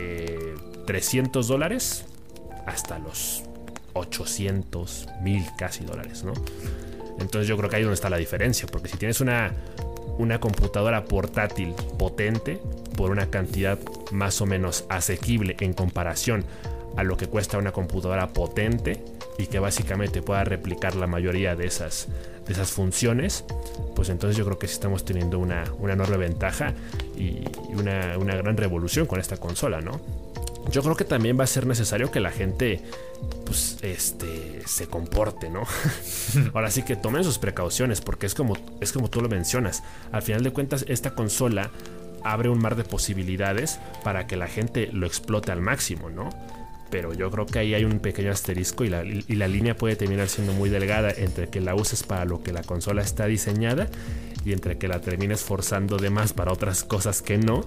$300 hasta los 800, 1000 casi dólares, ¿no? Entonces yo creo que ahí es donde está la diferencia, porque si tienes una computadora portátil potente por una cantidad más o menos asequible en comparación a lo que cuesta una computadora potente y que básicamente pueda replicar la mayoría de esas funciones, pues entonces yo creo que sí estamos teniendo una enorme ventaja y una gran revolución con esta consola, ¿no? Yo creo que también va a ser necesario que la gente pues se comporte, ¿no? Ahora sí que tomen sus precauciones, porque es como tú lo mencionas. Al final de cuentas, esta consola abre un mar de posibilidades para que la gente lo explote al máximo, ¿no? Pero yo creo que ahí hay un pequeño asterisco y la línea puede terminar siendo muy delgada entre que la uses para lo que la consola está diseñada y entre que la termines forzando de más para otras cosas que no.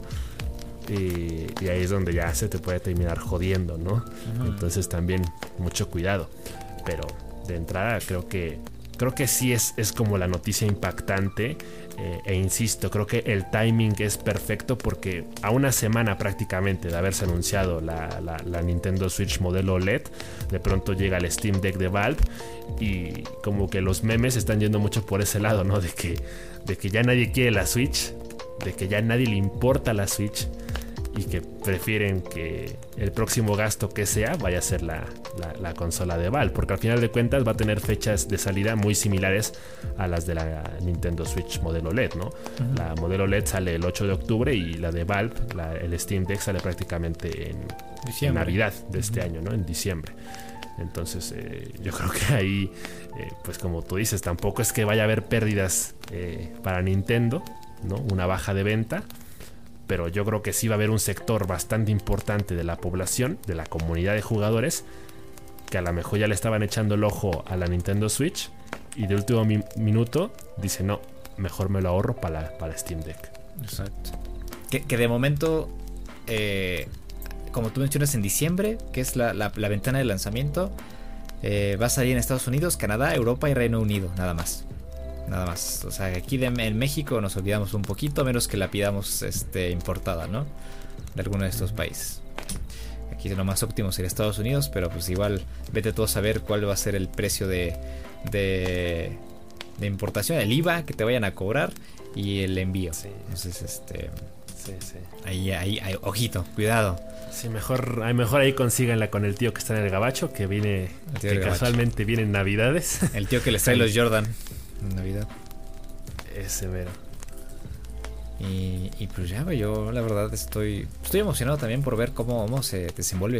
Y ahí es donde ya se te puede terminar jodiendo, ¿no? Entonces también mucho cuidado. Pero de entrada creo que sí es como la noticia impactante. E insisto, creo que el timing es perfecto porque a una semana prácticamente de haberse anunciado la Nintendo Switch modelo OLED, de pronto llega el Steam Deck de Valve y como que los memes están yendo mucho por ese lado, ¿no? De que ya nadie quiere la Switch, de que ya a nadie le importa la Switch y que prefieren que el próximo gasto que sea vaya a ser la consola de Valve, porque al final de cuentas va a tener fechas de salida muy similares a las de la Nintendo Switch modelo LED, ¿no? La modelo LED sale el 8 de octubre y la de Valve, el Steam Deck, sale prácticamente en Navidad de este año, ¿no? En diciembre. Entonces yo creo que ahí pues como tú dices, tampoco es que vaya a haber pérdidas para Nintendo, ¿no? Una baja de venta, pero yo creo que sí va a haber un sector bastante importante de la población, de la comunidad de jugadores, que a lo mejor ya le estaban echando el ojo a la Nintendo Switch y de último minuto dice no, mejor me lo ahorro para Steam Deck. Exacto. Que de momento, como tú mencionas, en diciembre, que es la ventana de lanzamiento, va a salir en Estados Unidos, Canadá, Europa y Reino Unido, nada más. Nada más, o sea, aquí en México nos olvidamos un poquito, a menos que la pidamos importada, ¿no? De alguno de estos países. Aquí lo más óptimo sería Estados Unidos, pero pues igual vete tú a saber cuál va a ser el precio de importación, el IVA que te vayan a cobrar y el envío. Sí. Entonces, sí. Ahí, ojito, cuidado. Sí, mejor ahí consíganla con el tío que está en el gabacho, que viene, que casualmente viene en Navidades. El tío que les trae los Jordan en Navidad. Ese mero. Y pues ya, yo la verdad estoy emocionado también por ver cómo se desenvuelve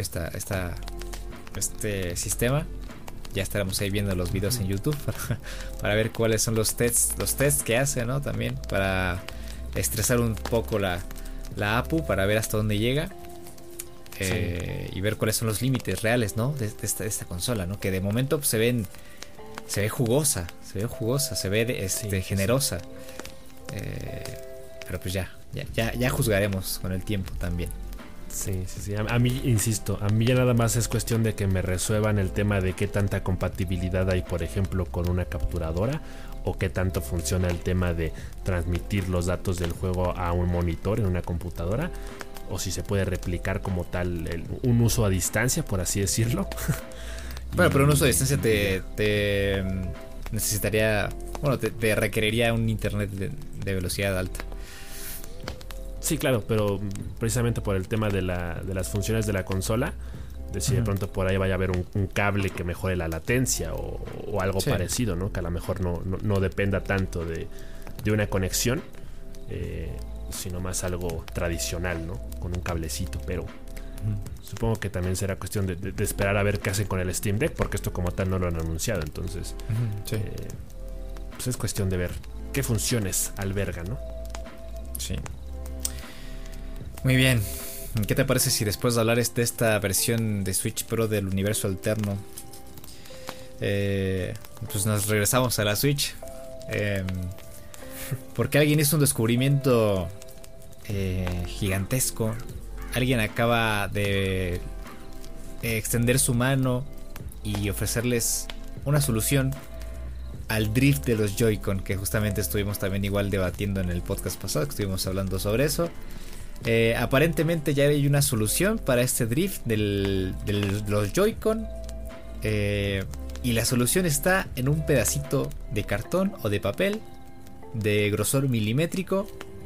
este sistema. Ya estaremos ahí viendo los videos en YouTube para ver cuáles son los tests que hace, ¿no? También para estresar un poco la APU, para ver hasta dónde llega. Y ver cuáles son los límites reales, ¿no? De esta consola, ¿no? Que de momento pues, se ve jugosa, se ve generosa. Pero pues ya juzgaremos con el tiempo también. Sí. A mí, insisto, a mí ya nada más es cuestión de que me resuelvan el tema de qué tanta compatibilidad hay, por ejemplo, con una capturadora, o qué tanto funciona el tema de transmitir los datos del juego a un monitor en una computadora, o si se puede replicar como tal un uso a distancia, por así decirlo. Bueno, pero un uso a distancia te necesitaría, bueno, te requeriría un internet de velocidad alta. Sí, claro, pero precisamente por el tema de las funciones de la consola, de si de pronto por ahí vaya a haber un cable que mejore la latencia o algo parecido, ¿no? Que a lo mejor no dependa tanto de una conexión, sino más algo tradicional, ¿no? Con un cablecito, pero supongo que también será cuestión de esperar a ver qué hacen con el Steam Deck, porque esto como tal no lo han anunciado, entonces pues es cuestión de ver qué funciones alberga, ¿no? Sí. Muy bien. ¿Qué te parece si después de hablar de esta versión de Switch Pro del universo alterno, pues nos regresamos a la Switch? Porque alguien hizo un descubrimiento gigantesco. Alguien acaba de extender su mano y ofrecerles una solución al drift de los Joy-Con, que justamente estuvimos también igual debatiendo en el podcast pasado, que estuvimos hablando sobre eso. Aparentemente ya hay una solución para este drift de los Joy-Con, y la solución está en un pedacito de cartón o de papel de grosor milimétrico.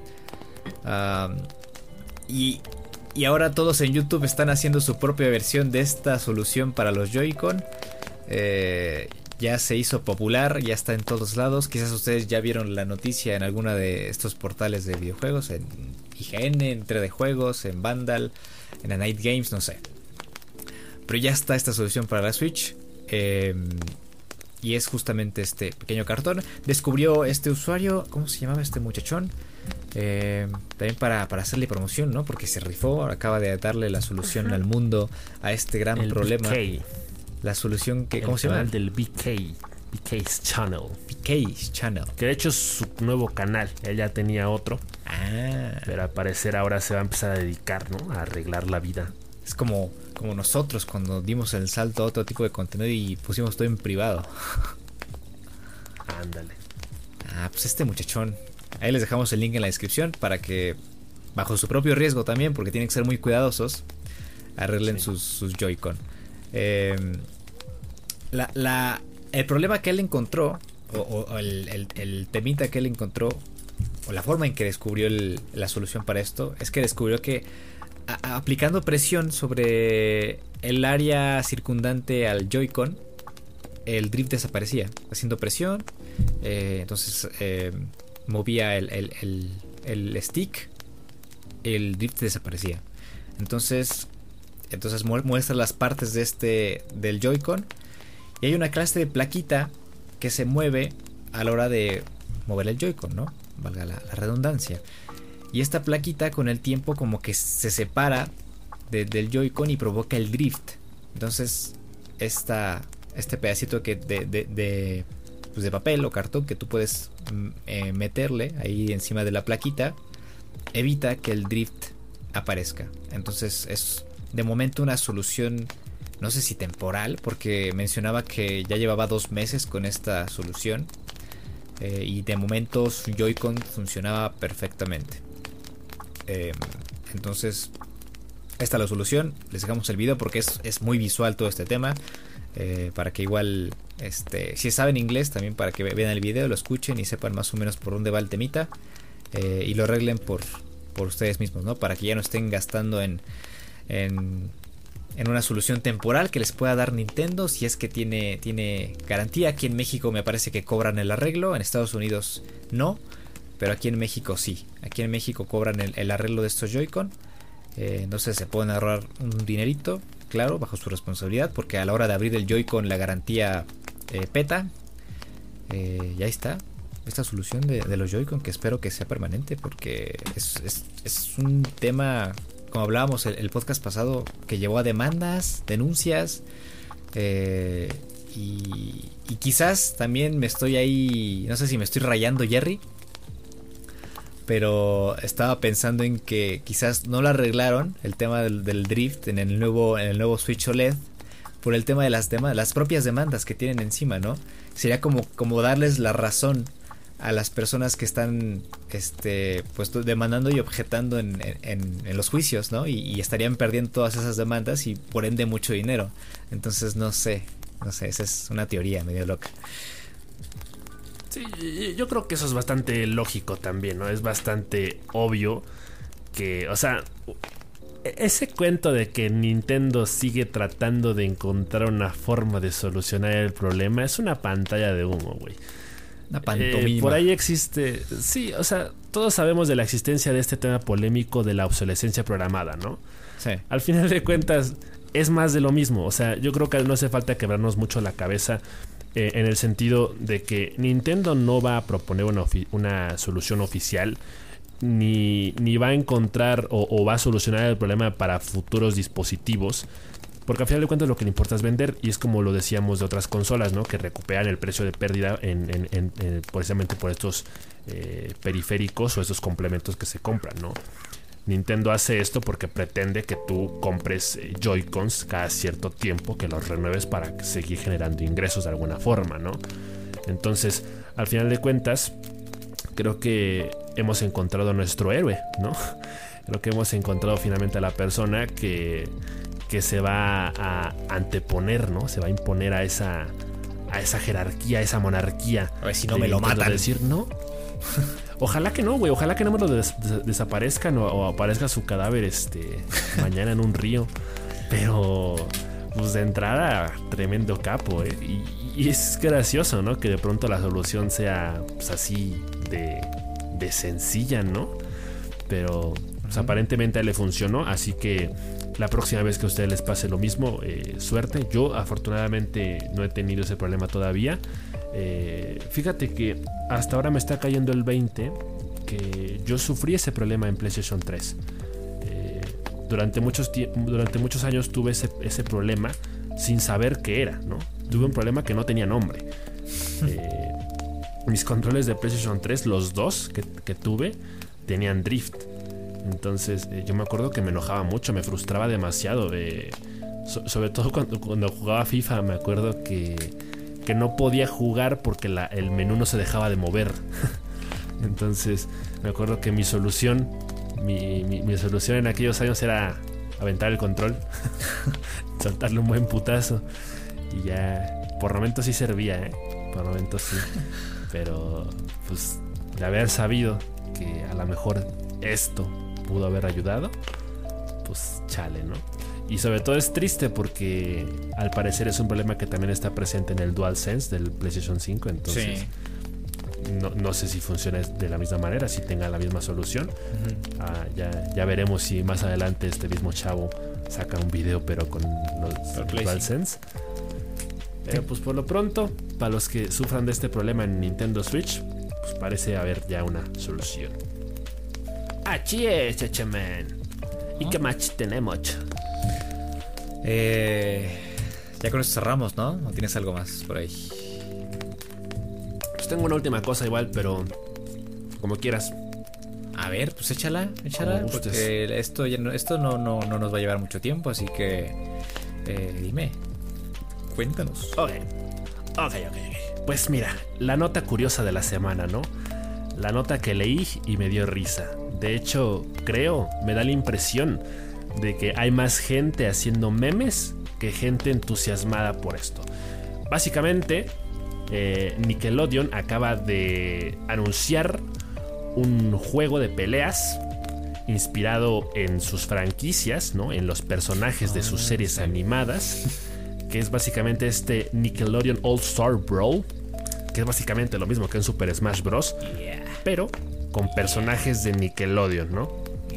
Y ahora todos en YouTube están haciendo su propia versión de esta solución para los Joy-Con. Ya se hizo popular, ya está en todos lados. Quizás ustedes ya vieron la noticia en alguna de estos portales de videojuegos, en IGN, en 3D Juegos, en Vandal, en A Night Games, no sé. Pero ya está esta solución para la Switch. Y es justamente este pequeño cartón. Descubrió este usuario, ¿cómo se llamaba este muchachón? También para hacerle promoción, ¿no? Porque se rifó, acaba de darle la solución al mundo a este gran problema. BK. La solución que, ¿cómo se llama? El del BK's Channel. BK's Channel. Que de hecho es su nuevo canal. Él ya tenía otro. Pero al parecer ahora se va a empezar a dedicar, ¿no? A arreglar la vida. Es como nosotros cuando dimos el salto a otro tipo de contenido y pusimos todo en privado. Ándale. Pues este muchachón. Ahí les dejamos el link en la descripción para que, bajo su propio riesgo también, porque tienen que ser muy cuidadosos, arreglen sus Joy-Con. El problema que él encontró, o el temita que él encontró, o la forma en que descubrió la solución para esto, es que descubrió que aplicando presión sobre el área circundante al Joy-Con, el drift desaparecía. Haciendo presión, entonces movía el stick, el drift desaparecía. Entonces muestra las partes del Joy-Con, y hay una clase de plaquita que se mueve a la hora de mover el Joy-Con, ¿no? Valga la redundancia. Y esta plaquita con el tiempo como que se separa del Joy-Con y provoca el drift. Entonces este pedacito de papel o cartón que tú puedes meterle ahí encima de la plaquita evita que el drift aparezca. Entonces es de momento una solución, no sé si temporal, porque mencionaba que ya llevaba 2 meses con esta solución, y de momento su Joy-Con funcionaba perfectamente. Entonces esta es la solución. Les dejamos el video porque es muy visual todo este tema, para que igual si saben inglés también, para que vean el video, lo escuchen y sepan más o menos por dónde va el temita, y lo arreglen por ustedes mismos, ¿no? Para que ya no estén gastando en una solución temporal que les pueda dar Nintendo, si es que tiene garantía. Aquí en México me parece que cobran el arreglo, en Estados Unidos no, pero aquí en México sí. Aquí en México cobran el arreglo de estos Joy-Con. Entonces se pueden ahorrar un dinerito, claro, bajo su responsabilidad, porque a la hora de abrir el Joy-Con la garantía peta. Ya está esta solución de los Joy-Con, que espero que sea permanente, porque es un tema, como hablábamos el podcast pasado, que llevó a denuncias, y quizás también me estoy ahí, no sé si me estoy rayando, Jerry, pero estaba pensando en que quizás no lo arreglaron el tema del drift en el nuevo Switch OLED por el tema de las propias demandas que tienen encima, ¿no? Sería como darles la razón a las personas que están pues demandando y objetando en los juicios, ¿no? Y estarían perdiendo todas esas demandas y por ende mucho dinero. Entonces no sé, esa es una teoría medio loca. Sí, yo creo que eso es bastante lógico también, ¿no? Es bastante obvio que, o sea, ese cuento de que Nintendo sigue tratando de encontrar una forma de solucionar el problema es una pantalla de humo, güey. Una pantomima. Por ahí existe, sí, o sea, todos sabemos de la existencia de este tema polémico de la obsolescencia programada, ¿no? Sí. Al final de cuentas es más de lo mismo, o sea, yo creo que no hace falta quebrarnos mucho la cabeza, en el sentido de que Nintendo no va a proponer una solución oficial, ni va a encontrar o va a solucionar el problema para futuros dispositivos, Porque al final de cuentas lo que le importa es vender, y es como lo decíamos de otras consolas, ¿no? Que recuperan el precio de pérdida precisamente por estos periféricos o estos complementos que se compran, ¿no? Nintendo hace esto porque pretende que tú compres Joy-Cons cada cierto tiempo, que los renueves para seguir generando ingresos de alguna forma, ¿no? Entonces, al final de cuentas, creo que hemos encontrado a nuestro héroe, ¿no? Creo que hemos encontrado finalmente a la persona que se va a anteponer, ¿no? Se va a imponer a esa jerarquía, a esa monarquía. A ver si no me lo matan. Decir, no. Ojalá que no, güey. Ojalá que no me lo desaparezcan o aparezca su cadáver mañana en un río. Pero, pues de entrada, tremendo capo, ¿eh? Y es gracioso, ¿no? Que de pronto la solución sea pues, así de sencilla, ¿no? Pero pues, aparentemente le funcionó, así que la próxima vez que a ustedes les pase lo mismo, suerte. Yo afortunadamente no he tenido ese problema todavía. Fíjate que hasta ahora me está cayendo el 20 que yo sufrí ese problema en PlayStation 3. Durante muchos años tuve ese problema sin saber qué era, ¿no? Tuve un problema que no tenía nombre. Mis controles de PlayStation 3, los dos que tuve, tenían drift. Entonces yo me acuerdo que me enojaba mucho, me frustraba demasiado. Sobre todo cuando jugaba FIFA, me acuerdo que no podía jugar porque el menú no se dejaba de mover. Entonces me acuerdo que mi solución en aquellos años era aventar el control, soltarle un buen putazo, y ya por momentos sí servía, por momentos sí. Pero pues de haber sabido que a lo mejor esto pudo haber ayudado, pues chale, ¿no? Y sobre todo es triste porque al parecer es un problema que también está presente en el DualSense del PlayStation 5. Entonces sí. No sé si funciona de la misma manera, si tenga la misma solución. Ya veremos si más adelante este mismo chavo saca un video pero con los DualSense. Pero pues por lo pronto, para los que sufran de este problema en Nintendo Switch, pues parece haber ya una solución. Así es, chachaman. ¿Y qué más tenemos? Ya con esto cerramos, ¿no? ¿O tienes algo más por ahí? Pues tengo una última cosa igual, pero como quieras. A ver, pues échala, porque esto no nos va a llevar mucho tiempo, así que dime, cuéntanos. Ok. Pues mira, la nota curiosa de la semana, ¿no? La nota que leí y me dio risa. De hecho, me da la impresión de que hay más gente haciendo memes que gente entusiasmada por esto. Básicamente, Nickelodeon acaba de anunciar un juego de peleas inspirado en sus franquicias, ¿no? En los personajes de sus series animadas, que es básicamente este Nickelodeon All Star Brawl, que es básicamente lo mismo que en Super Smash Bros. Pero con personajes de Nickelodeon, ¿no?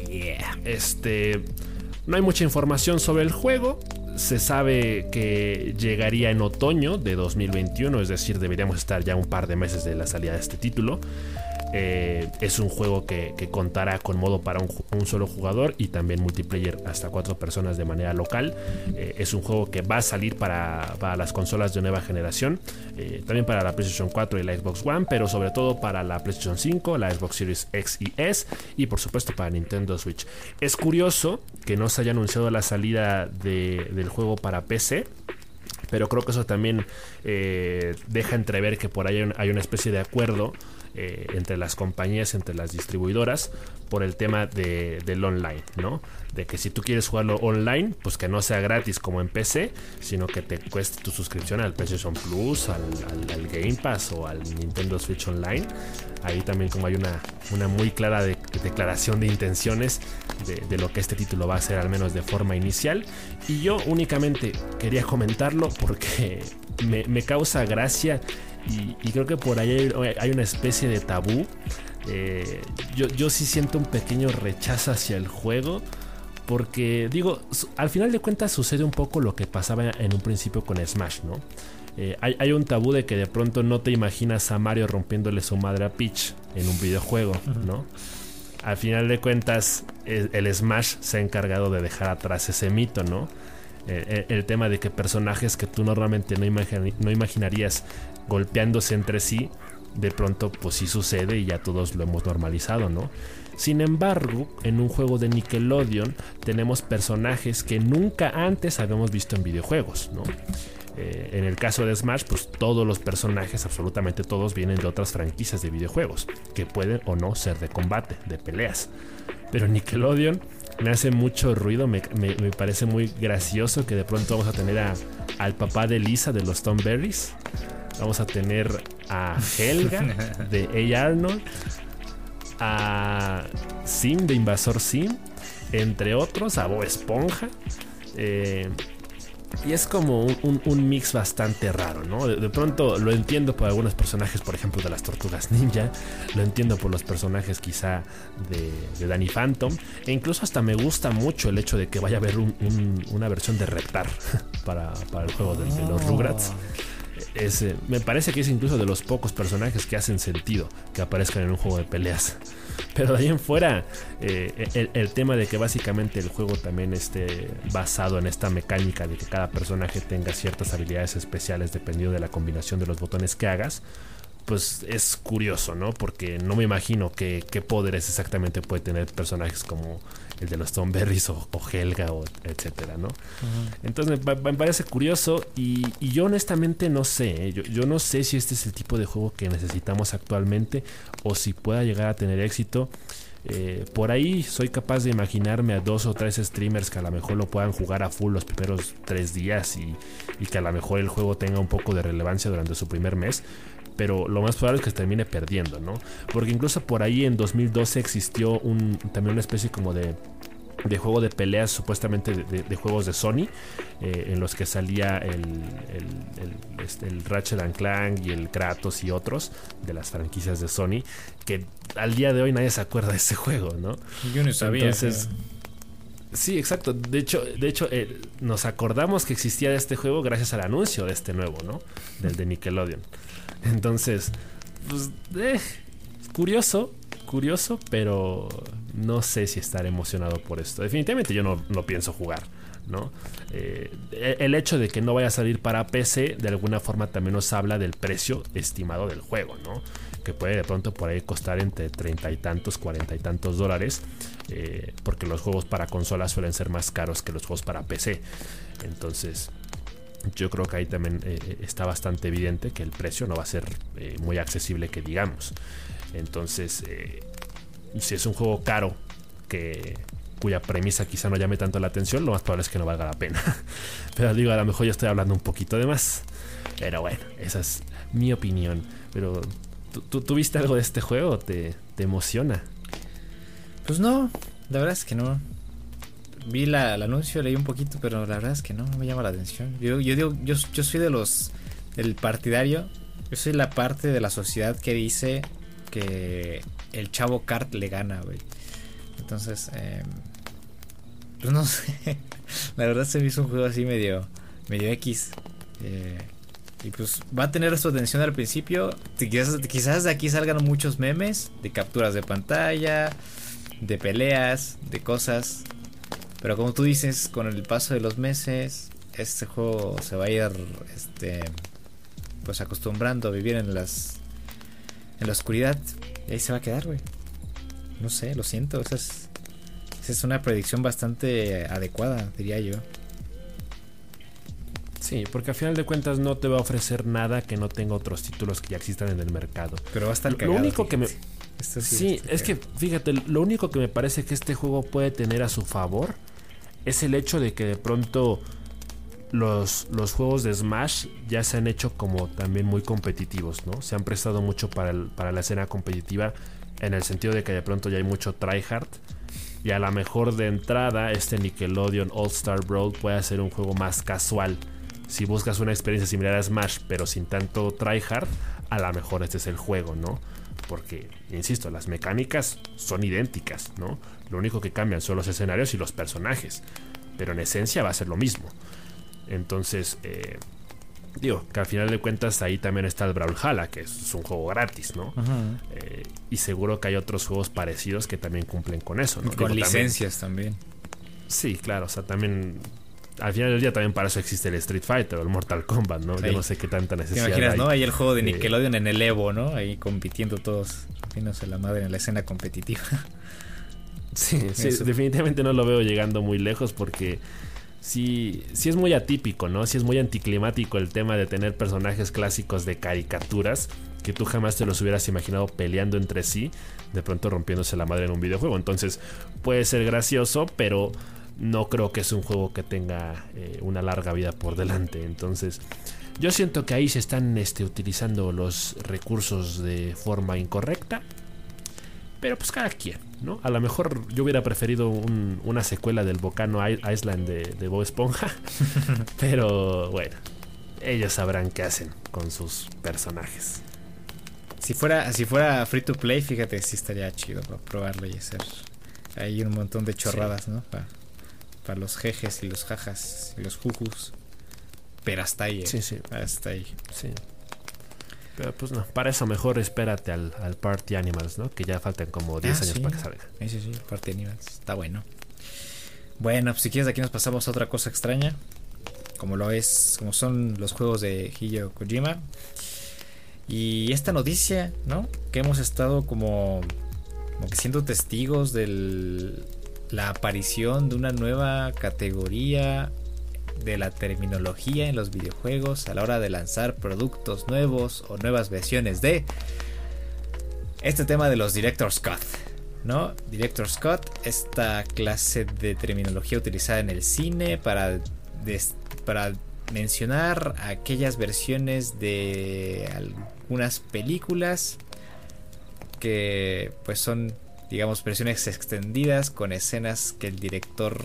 No hay mucha información sobre el juego. Se sabe que llegaría en otoño de 2021, es decir, deberíamos estar ya un par de meses de la salida de este título. Es un juego que contará con modo para un solo jugador y también multiplayer hasta 4 personas de manera local. Es un juego que va a salir para las consolas de nueva generación, también para la PlayStation 4 y la Xbox One, pero sobre todo para la PlayStation 5, la Xbox Series X y S, y por supuesto para Nintendo Switch. Es curioso que no se haya anunciado la salida del juego para PC, pero creo que eso también deja entrever que por ahí hay una especie de acuerdo entre las compañías, entre las distribuidoras, por el tema del online, ¿no? De que si tú quieres jugarlo online, pues que no sea gratis como en PC, sino que te cueste tu suscripción al PlayStation Plus, al Game Pass o al Nintendo Switch Online. Ahí también como hay una muy clara declaración de intenciones de lo que este título va a hacer, al menos de forma inicial. Y yo únicamente quería comentarlo porque me causa gracia. Y creo que por ahí hay una especie de tabú. Yo sí siento un pequeño rechazo hacia el juego, porque digo, al final de cuentas sucede un poco lo que pasaba en un principio con Smash, ¿no? Hay un tabú de que de pronto no te imaginas a Mario rompiéndole su madre a Peach en un videojuego, ¿no? Al final de cuentas el Smash se ha encargado de dejar atrás ese mito, ¿no? El tema de que personajes que tú normalmente no imaginarías golpeándose entre sí, de pronto pues sí sucede y ya todos lo hemos normalizado, ¿no? Sin embargo, en un juego de Nickelodeon tenemos personajes que nunca antes habíamos visto en videojuegos, ¿no? En el caso de Smash, pues todos los personajes, absolutamente todos, vienen de otras franquicias de videojuegos, que pueden o no ser de combate, de peleas. Pero Nickelodeon me hace mucho ruido, me parece muy gracioso que de pronto vamos a tener al papá de Lisa de los Thornberrys, vamos a tener a Helga de A. Arnold, a Sim de Invasor Sim, entre otros, a Bob Esponja. Y es como un mix bastante raro, ¿no? De pronto lo entiendo por algunos personajes, por ejemplo, de las Tortugas Ninja. Lo entiendo por los personajes quizá de Danny Phantom. E incluso hasta me gusta mucho el hecho de que vaya a haber una versión de Reptar para el juego de los Rugrats. Me parece que es incluso de los pocos personajes que hacen sentido que aparezcan en un juego de peleas. Pero de ahí en fuera, el tema de que básicamente el juego también esté basado en esta mecánica de que cada personaje tenga ciertas habilidades especiales dependiendo de la combinación de los botones que hagas, pues es curioso, ¿no? Porque no me imagino qué poderes exactamente puede tener personajes como el de los Thornberrys o Helga, o etcétera, ¿no? Entonces me parece curioso y yo honestamente no sé, ¿eh? Yo no sé si este es el tipo de juego que necesitamos actualmente o si pueda llegar a tener éxito. Por ahí soy capaz de imaginarme a 2 o 3 streamers que a lo mejor lo puedan jugar a full los primeros 3 días y que a lo mejor el juego tenga un poco de relevancia durante su primer mes. Pero lo más probable es que se termine perdiendo, ¿no? Porque incluso por ahí en 2012 existió también una especie como de juego de peleas supuestamente de juegos de Sony, en los que salía el Ratchet and Clank y el Kratos y otros de las franquicias de Sony, que al día de hoy nadie se acuerda de ese juego, ¿no? Yo no sabía. Entonces, sí, exacto. De hecho, nos acordamos que existía este juego gracias al anuncio de este nuevo, ¿no? Del de Nickelodeon. Entonces, pues, curioso, pero no sé si estaré emocionado por esto. Definitivamente yo no pienso jugar, ¿no? El hecho de que no vaya a salir para PC de alguna forma también nos habla del precio estimado del juego, ¿no? Que puede de pronto por ahí costar entre 30 y tantos, 40 y tantos dólares, porque los juegos para consolas suelen ser más caros que los juegos para PC. Entonces, yo creo que ahí también está bastante evidente que el precio no va a ser muy accesible, que digamos. Entonces, si es un juego caro cuya premisa quizá no llame tanto la atención, lo más probable es que no valga la pena. Pero digo, a lo mejor yo estoy hablando un poquito de más. Pero bueno, esa es mi opinión. Pero ¿tú viste algo de este juego? ¿Te emociona? Pues no, la verdad es que no. Vi el anuncio, leí un poquito, pero la verdad es que no me llama la atención. Yo soy del partidario. Yo soy la parte de la sociedad que dice que el Chavo Kart le gana, güey. Entonces, pues no sé. La verdad se me hizo un juego así medio X. Y pues va a tener su atención al principio. Quizás de aquí salgan muchos memes de capturas de pantalla, de peleas, de cosas. Pero como tú dices, con el paso de los meses, este juego se va a ir pues acostumbrando a vivir en la oscuridad. Y ahí se va a quedar, güey. No sé, lo siento. Esa es una predicción bastante adecuada, diría yo. Sí, porque al final de cuentas no te va a ofrecer nada que no tenga otros títulos que ya existan en el mercado. Pero va a estar cagado, lo único fíjate. que me... Sí, es que fíjate, lo único que me parece que este juego puede tener a su favor es el hecho de que de pronto los juegos de Smash ya se han hecho como también muy competitivos, ¿no? Se han prestado mucho para la escena competitiva, en el sentido de que de pronto ya hay mucho tryhard. Y a lo mejor de entrada este Nickelodeon All Star Brawl puede ser un juego más casual. Si buscas una experiencia similar a Smash pero sin tanto tryhard, a lo mejor este es el juego, ¿no? Porque, insisto, las mecánicas son idénticas, ¿no? Lo único que cambian son los escenarios y los personajes, pero en esencia va a ser lo mismo. Entonces, digo, que al final de cuentas ahí también está el Brawlhalla, que es un juego gratis, ¿no? Y seguro que hay otros juegos parecidos que también cumplen con eso, ¿no? Con licencias también. Sí, claro, o sea, también al final del día también para eso existe el Street Fighter o el Mortal Kombat, ¿no? Sí. Yo no sé qué tanta necesidad ¿Te imaginas, hay, no? Ahí el juego de Nickelodeon en el Evo, ¿no? Ahí compitiendo todos, viéndose la madre en la escena competitiva. Sí, definitivamente no lo veo llegando muy lejos porque sí es muy atípico, ¿no? Sí es muy anticlimático el tema de tener personajes clásicos de caricaturas que tú jamás te los hubieras imaginado peleando entre sí, de pronto rompiéndose la madre en un videojuego. Entonces puede ser gracioso, pero no creo que es un juego que tenga una larga vida por delante. Entonces yo siento que ahí se están utilizando los recursos de forma incorrecta. Pero pues cada quien, ¿no? A lo mejor yo hubiera preferido una secuela del Volcano Island de Bob Esponja. Pero bueno, ellos sabrán qué hacen con sus personajes. Si fuera free to play, fíjate, sí estaría chido para probarlo y hacer ahí un montón de chorradas, sí, ¿no? Para los jejes y los jajas y los jujus. Pero hasta ahí, sí. Hasta ahí. Sí. Pero pues no, para eso mejor espérate al Party Animals, ¿no? Que ya faltan como 10 años para que salga. Sí, Party Animals, está bueno. Bueno, pues si quieres aquí nos pasamos a otra cosa extraña, como son los juegos de Hideo Kojima. Y esta noticia, ¿no? Que hemos estado como que siendo testigos de la aparición de una nueva categoría de la terminología en los videojuegos a la hora de lanzar productos nuevos o nuevas versiones de este tema de los Director's Cut, ¿no? Director's Cut, esta clase de terminología utilizada en el cine para mencionar aquellas versiones de algunas películas que pues son, digamos, versiones extendidas con escenas que el director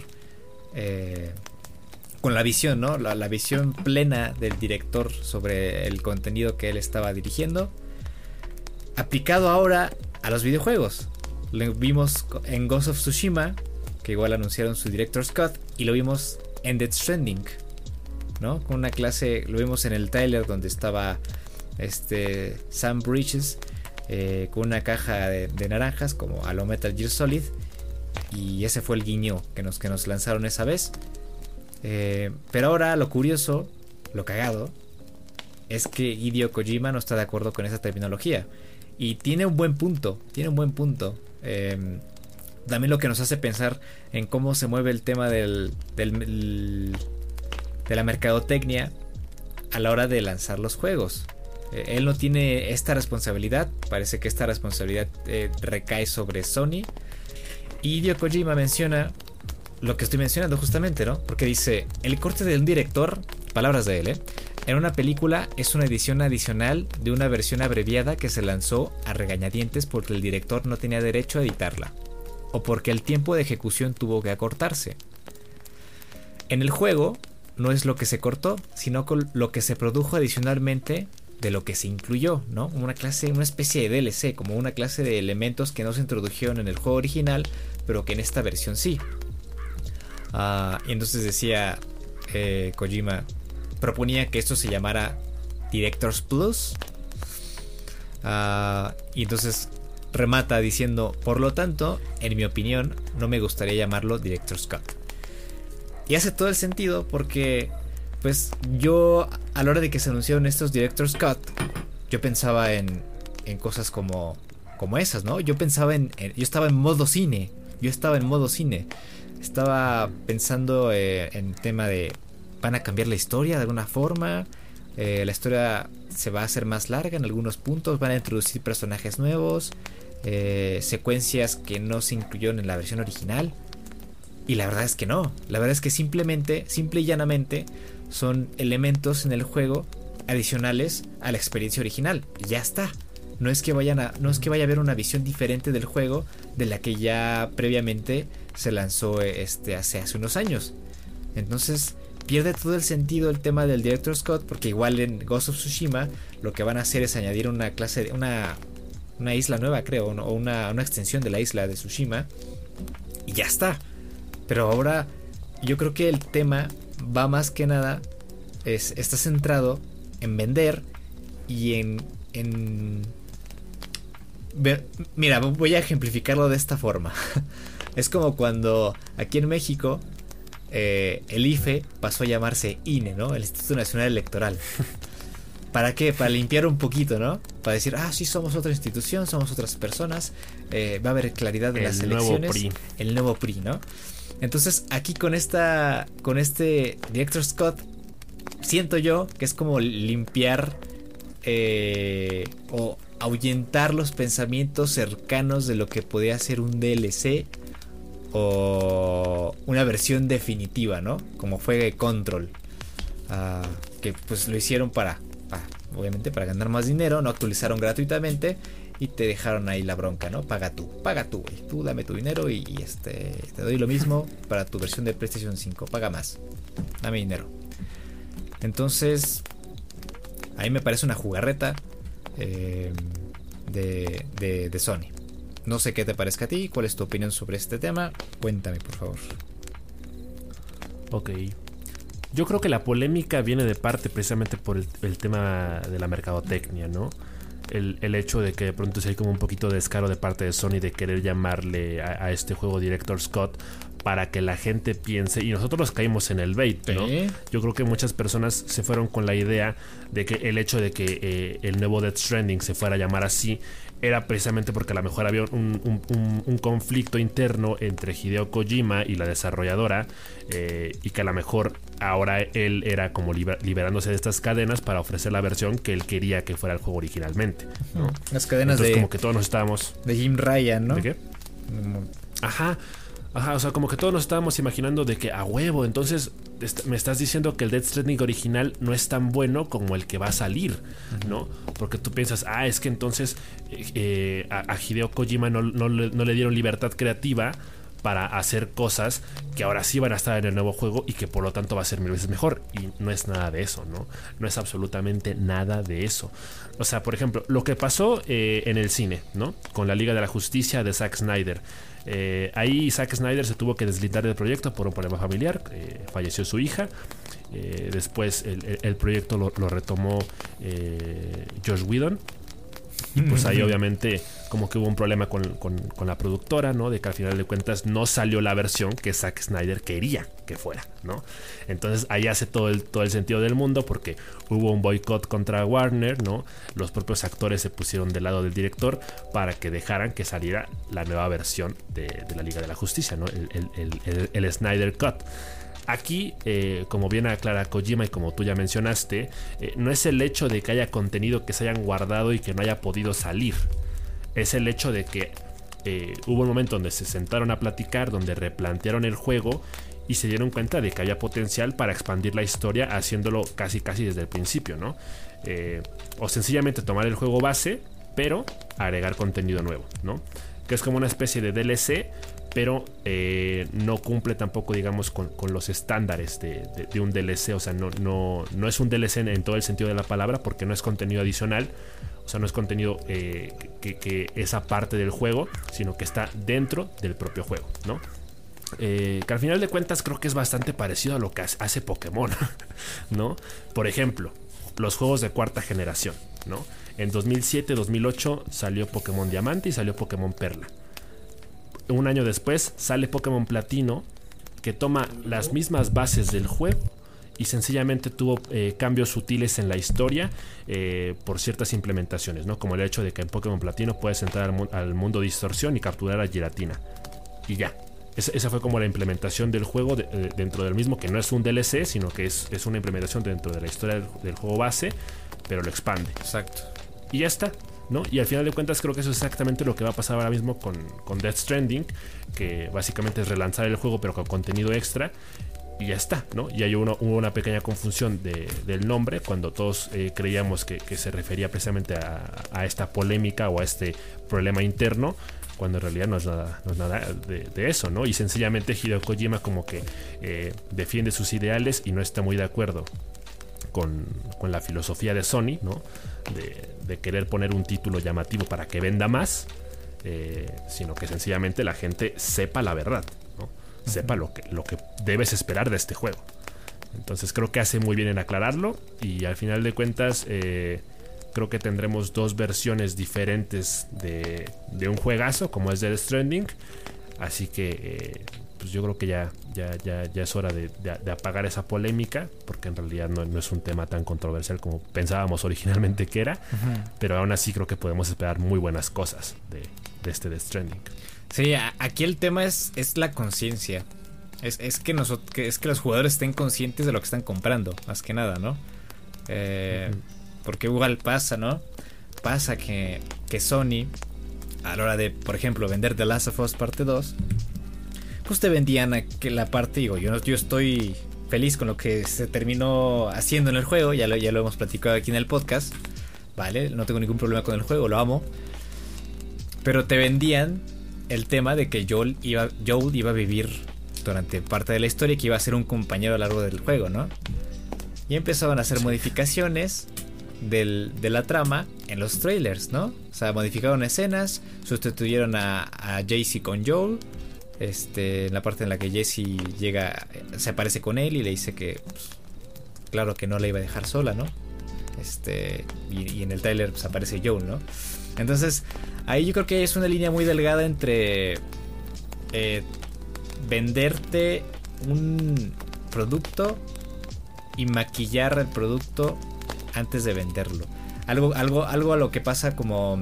con la visión, ¿no? La visión plena del director sobre el contenido que él estaba dirigiendo, aplicado ahora a los videojuegos. Lo vimos en Ghost of Tsushima, que igual anunciaron su Director's Cut, y lo vimos en Death Stranding, ¿no? Con una clase, lo vimos en el trailer donde estaba Sam Bridges con una caja de naranjas como a lo Metal Gear Solid, y ese fue el guiño que nos lanzaron esa vez. Pero ahora lo curioso, lo cagado, es que Hideo Kojima no está de acuerdo con esa terminología. Y tiene un buen punto. También lo que nos hace pensar en cómo se mueve el tema de la mercadotecnia a la hora de lanzar los juegos. Él no tiene esta responsabilidad. Parece que esta responsabilidad recae sobre Sony. Y Hideo Kojima menciona lo que estoy mencionando justamente, ¿no? Porque dice, el corte de un director, palabras de él, en una película es una edición adicional de una versión abreviada que se lanzó a regañadientes porque el director no tenía derecho a editarla, o porque el tiempo de ejecución tuvo que acortarse. En el juego no es lo que se cortó, sino con lo que se produjo adicionalmente de lo que se incluyó, ¿no? Una especie de DLC, como una clase de elementos que no se introdujeron en el juego original, pero que en esta versión sí. Y entonces decía Kojima, proponía que esto se llamara Director's Plus. Y entonces remata diciendo, por lo tanto, en mi opinión, no me gustaría llamarlo Director's Cut. Y hace todo el sentido porque, pues, yo a la hora de que se anunciaron estos Director's Cut, yo pensaba en cosas como esas, ¿no? Yo estaba en modo cine. Estaba pensando en tema de, ¿van a cambiar la historia de alguna forma? La historia se va a hacer más larga en algunos puntos, van a introducir personajes nuevos, secuencias que no se incluyeron en la versión original. Y la verdad es que no. La verdad es que simple y llanamente son elementos en el juego adicionales a la experiencia original. Y ya está. No es que vaya a haber una visión diferente del juego de la que ya previamente se lanzó hace unos años. Entonces pierde todo el sentido el tema del Director's Cut, porque igual en Ghost of Tsushima lo que van a hacer es añadir una clase de una isla nueva, creo, o una extensión de la isla de Tsushima, y ya está. Pero ahora yo creo que el tema va más que nada está centrado en vender y mira, voy a ejemplificarlo de esta forma. Es como cuando aquí en México el IFE pasó a llamarse INE, ¿no? El Instituto Nacional Electoral. ¿Para qué? Para limpiar un poquito, ¿no? Para decir, sí, somos otra institución, somos otras personas, va a haber claridad en las elecciones. El nuevo PRI, ¿no? Entonces, aquí con este Director's Cut, siento yo que es como limpiar o ahuyentar los pensamientos cercanos de lo que podía ser un DLC o una versión definitiva, ¿no? Como fue Control, que pues lo hicieron obviamente para ganar más dinero, no actualizaron gratuitamente y te dejaron ahí la bronca, ¿no? Paga tú, güey. Tú dame tu dinero y te doy lo mismo para tu versión de PlayStation 5. Paga más. Dame dinero. Entonces, a mí me parece una jugarreta de Sony. No sé qué te parezca a ti, cuál es tu opinión sobre este tema. Cuéntame, por favor. Ok. Yo creo que la polémica viene de parte precisamente por el tema de la mercadotecnia, ¿no? El hecho de que de pronto hay como un poquito de descaro de parte de Sony de querer llamarle a este juego Director's Cut para que la gente piense, y nosotros caímos en el bait, ¿no? Yo creo que muchas personas se fueron con la idea de que el hecho de que el nuevo Death Stranding se fuera a llamar así era precisamente porque a lo mejor había un conflicto interno entre Hideo Kojima y la desarrolladora, y que a lo mejor ahora él era como liberándose de estas cadenas para ofrecer la versión que él quería que fuera el juego originalmente, ¿no? Las cadenas. Entonces, como que todos nos estábamos... De Jim Ryan, ¿no? ¿De qué? Ajá, o sea, como que todos nos estábamos imaginando de que a huevo, entonces me estás diciendo que el Death Stranding original no es tan bueno como el que va a salir, ¿no? Porque tú piensas, es que entonces a Hideo Kojima no le dieron libertad creativa para hacer cosas que ahora sí van a estar en el nuevo juego y que por lo tanto va a ser mil veces mejor. Y no es nada de eso, ¿no? No es absolutamente nada de eso. O sea, por ejemplo, lo que pasó en el cine, ¿no? Con la Liga de la Justicia de Zack Snyder. Ahí Zack Snyder se tuvo que deslindar del proyecto por un problema familiar. Falleció su hija. Después el proyecto lo retomó Joss Whedon. Y pues ahí obviamente como que hubo un problema con la productora, ¿no? De que al final de cuentas no salió la versión que Zack Snyder quería que fuera, ¿no? Entonces ahí hace todo el sentido del mundo, porque hubo un boicot contra Warner, ¿no? Los propios actores se pusieron del lado del director para que dejaran que saliera la nueva versión de la Liga de la Justicia, ¿no? El Snyder Cut. Aquí, como bien aclara Kojima y como tú ya mencionaste, no es el hecho de que haya contenido que se hayan guardado y que no haya podido salir. Es el hecho de que hubo un momento donde se sentaron a platicar, donde replantearon el juego y se dieron cuenta de que había potencial para expandir la historia haciéndolo casi desde el principio, ¿no? O sencillamente tomar el juego base, pero agregar contenido nuevo, ¿no? Que es como una especie de DLC, pero no cumple tampoco, digamos, con los estándares de un DLC. O sea, no es un DLC en todo el sentido de la palabra, porque no es contenido adicional. O sea, no es contenido que esa parte del juego, sino que está dentro del propio juego, ¿no? Que al final de cuentas creo que es bastante parecido a lo que hace Pokémon, ¿no? Por ejemplo, los juegos de cuarta generación, ¿no? En 2007-2008 salió Pokémon Diamante y salió Pokémon Perla. Un año después sale Pokémon Platino, que toma las mismas bases del juego y sencillamente tuvo cambios sutiles en la historia por ciertas implementaciones, ¿no? Como el hecho de que en Pokémon Platino puedes entrar al mundo Distorsión y capturar a Giratina. Y ya. Esa fue como la implementación del juego dentro del mismo, que no es un DLC, sino que es una implementación dentro de la historia del juego base, pero lo expande. Exacto. Y ya está, ¿no? Y al final de cuentas creo que eso es exactamente lo que va a pasar ahora mismo con Death Stranding, que básicamente es relanzar el juego pero con contenido extra. Y ya está, ¿no? Y ahí hubo una pequeña confusión del nombre cuando todos creíamos que se refería precisamente a esta polémica o a este problema interno, cuando en realidad no es nada de eso, ¿no? Y sencillamente Hideo Kojima como que defiende sus ideales y no está muy de acuerdo con la filosofía de Sony, ¿no? De querer poner un título llamativo para que venda más, sino que sencillamente la gente sepa la verdad, ¿no? Sepa lo que debes esperar de este juego. Entonces creo que hace muy bien en aclararlo, y al final de cuentas creo que tendremos dos versiones diferentes de un juegazo como es Death Stranding. Así que pues yo creo que ya es hora de apagar esa polémica, porque en realidad no es un tema tan controversial como pensábamos originalmente que era. Uh-huh. Pero aún así creo que podemos esperar muy buenas cosas de este Death Stranding. Sí, aquí el tema es la conciencia. Es que los jugadores estén conscientes de lo que están comprando, más que nada, ¿no? Uh-huh. Porque igual pasa, ¿no? Pasa que Sony, a la hora de, por ejemplo, vender The Last of Us Parte 2, pues te vendían la parte, digo, yo estoy feliz con lo que se terminó haciendo en el juego, ya lo hemos platicado aquí en el podcast, ¿vale? No tengo ningún problema con el juego, lo amo. Pero te vendían el tema de que Joel iba a vivir durante parte de la historia y que iba a ser un compañero a lo largo del juego, ¿no? Y empezaban a hacer modificaciones de la trama en los trailers, ¿no? O sea, modificaron escenas, sustituyeron a Jaycee con Joel. En la parte en la que Jessie se aparece con él y le dice que, pues, claro que no la iba a dejar sola, ¿no? Y en el trailer pues aparece Joel, ¿no? Entonces, ahí yo creo que es una línea muy delgada entre venderte un producto y maquillar el producto antes de venderlo. Algo a lo que pasa como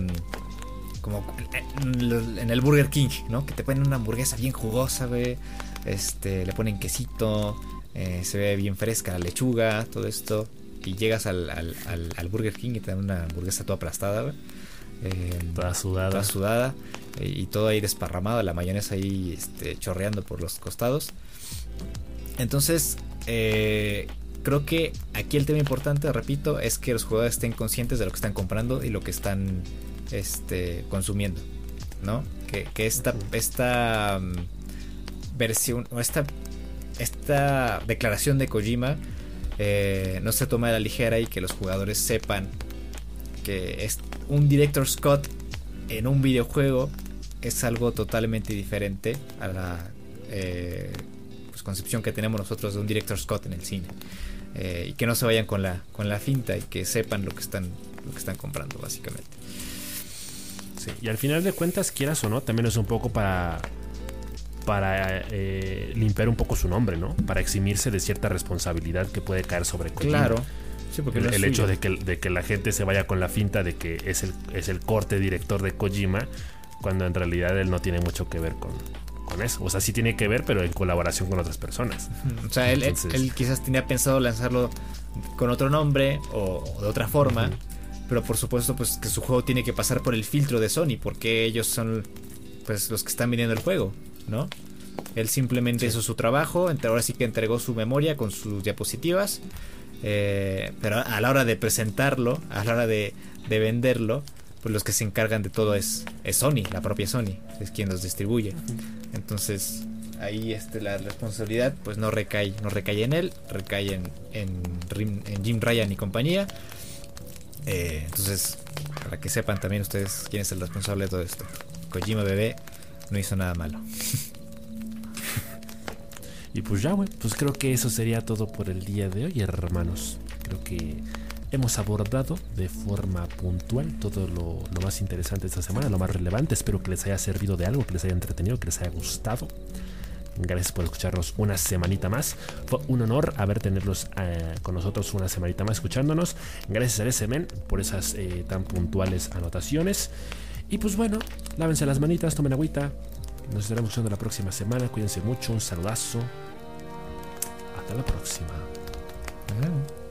en el Burger King, ¿no? Que te ponen una hamburguesa bien jugosa, güey. Le ponen quesito, se ve bien fresca la lechuga, todo esto. Y llegas al Burger King y te dan una hamburguesa toda aplastada, güey. Toda sudada. Y todo ahí desparramado, la mayonesa ahí chorreando por los costados. Entonces, creo que aquí el tema importante, repito, es que los jugadores estén conscientes de lo que están comprando y lo que están consumiendo, ¿no? Que esta versión o esta declaración de Kojima no se tome a la ligera y que los jugadores sepan que es un Director's Cut en un videojuego es algo totalmente diferente a la concepción que tenemos nosotros de un Director's Cut en el cine, y que no se vayan con la finta y que sepan lo que están comprando, básicamente. Sí, y al final de cuentas, quieras o no, también es un poco para limpiar un poco su nombre, ¿no? Para eximirse de cierta responsabilidad que puede caer sobre Kojima. Claro. Sí, porque el hecho de que la gente se vaya con la finta de que es el corte director de Kojima, cuando en realidad él no tiene mucho que ver con eso. O sea, sí tiene que ver, pero en colaboración con otras personas. O sea, él quizás tenía pensado lanzarlo con otro nombre o de otra forma. Uh-huh. Pero por supuesto, pues que su juego tiene que pasar por el filtro de Sony, porque ellos son, pues, los que están vendiendo el juego, ¿no? Él simplemente hizo su trabajo, ahora sí que entregó su memoria con sus diapositivas, pero a la hora de presentarlo, a la hora de venderlo, pues los que se encargan de todo es Sony, la propia Sony, es quien los distribuye. Entonces ahí la responsabilidad pues no recae en él, recae en Jim Ryan y compañía. Entonces, para que sepan también ustedes quién es el responsable de todo esto. Kojima bebé no hizo nada malo. Y pues ya, güey, pues creo que eso sería todo por el día de hoy, hermanos. Creo que hemos abordado de forma puntual todo lo más interesante esta semana, lo más relevante. Espero que les haya servido de algo, que les haya entretenido, que les haya gustado. Gracias por escucharnos una semanita más. Fue un honor tenerlos con nosotros una semanita más escuchándonos. Gracias a RSMen por esas tan puntuales anotaciones. Y pues bueno, lávense las manitas, tomen agüita. Nos estaremos escuchando la próxima semana. Cuídense mucho, un saludazo. Hasta la próxima.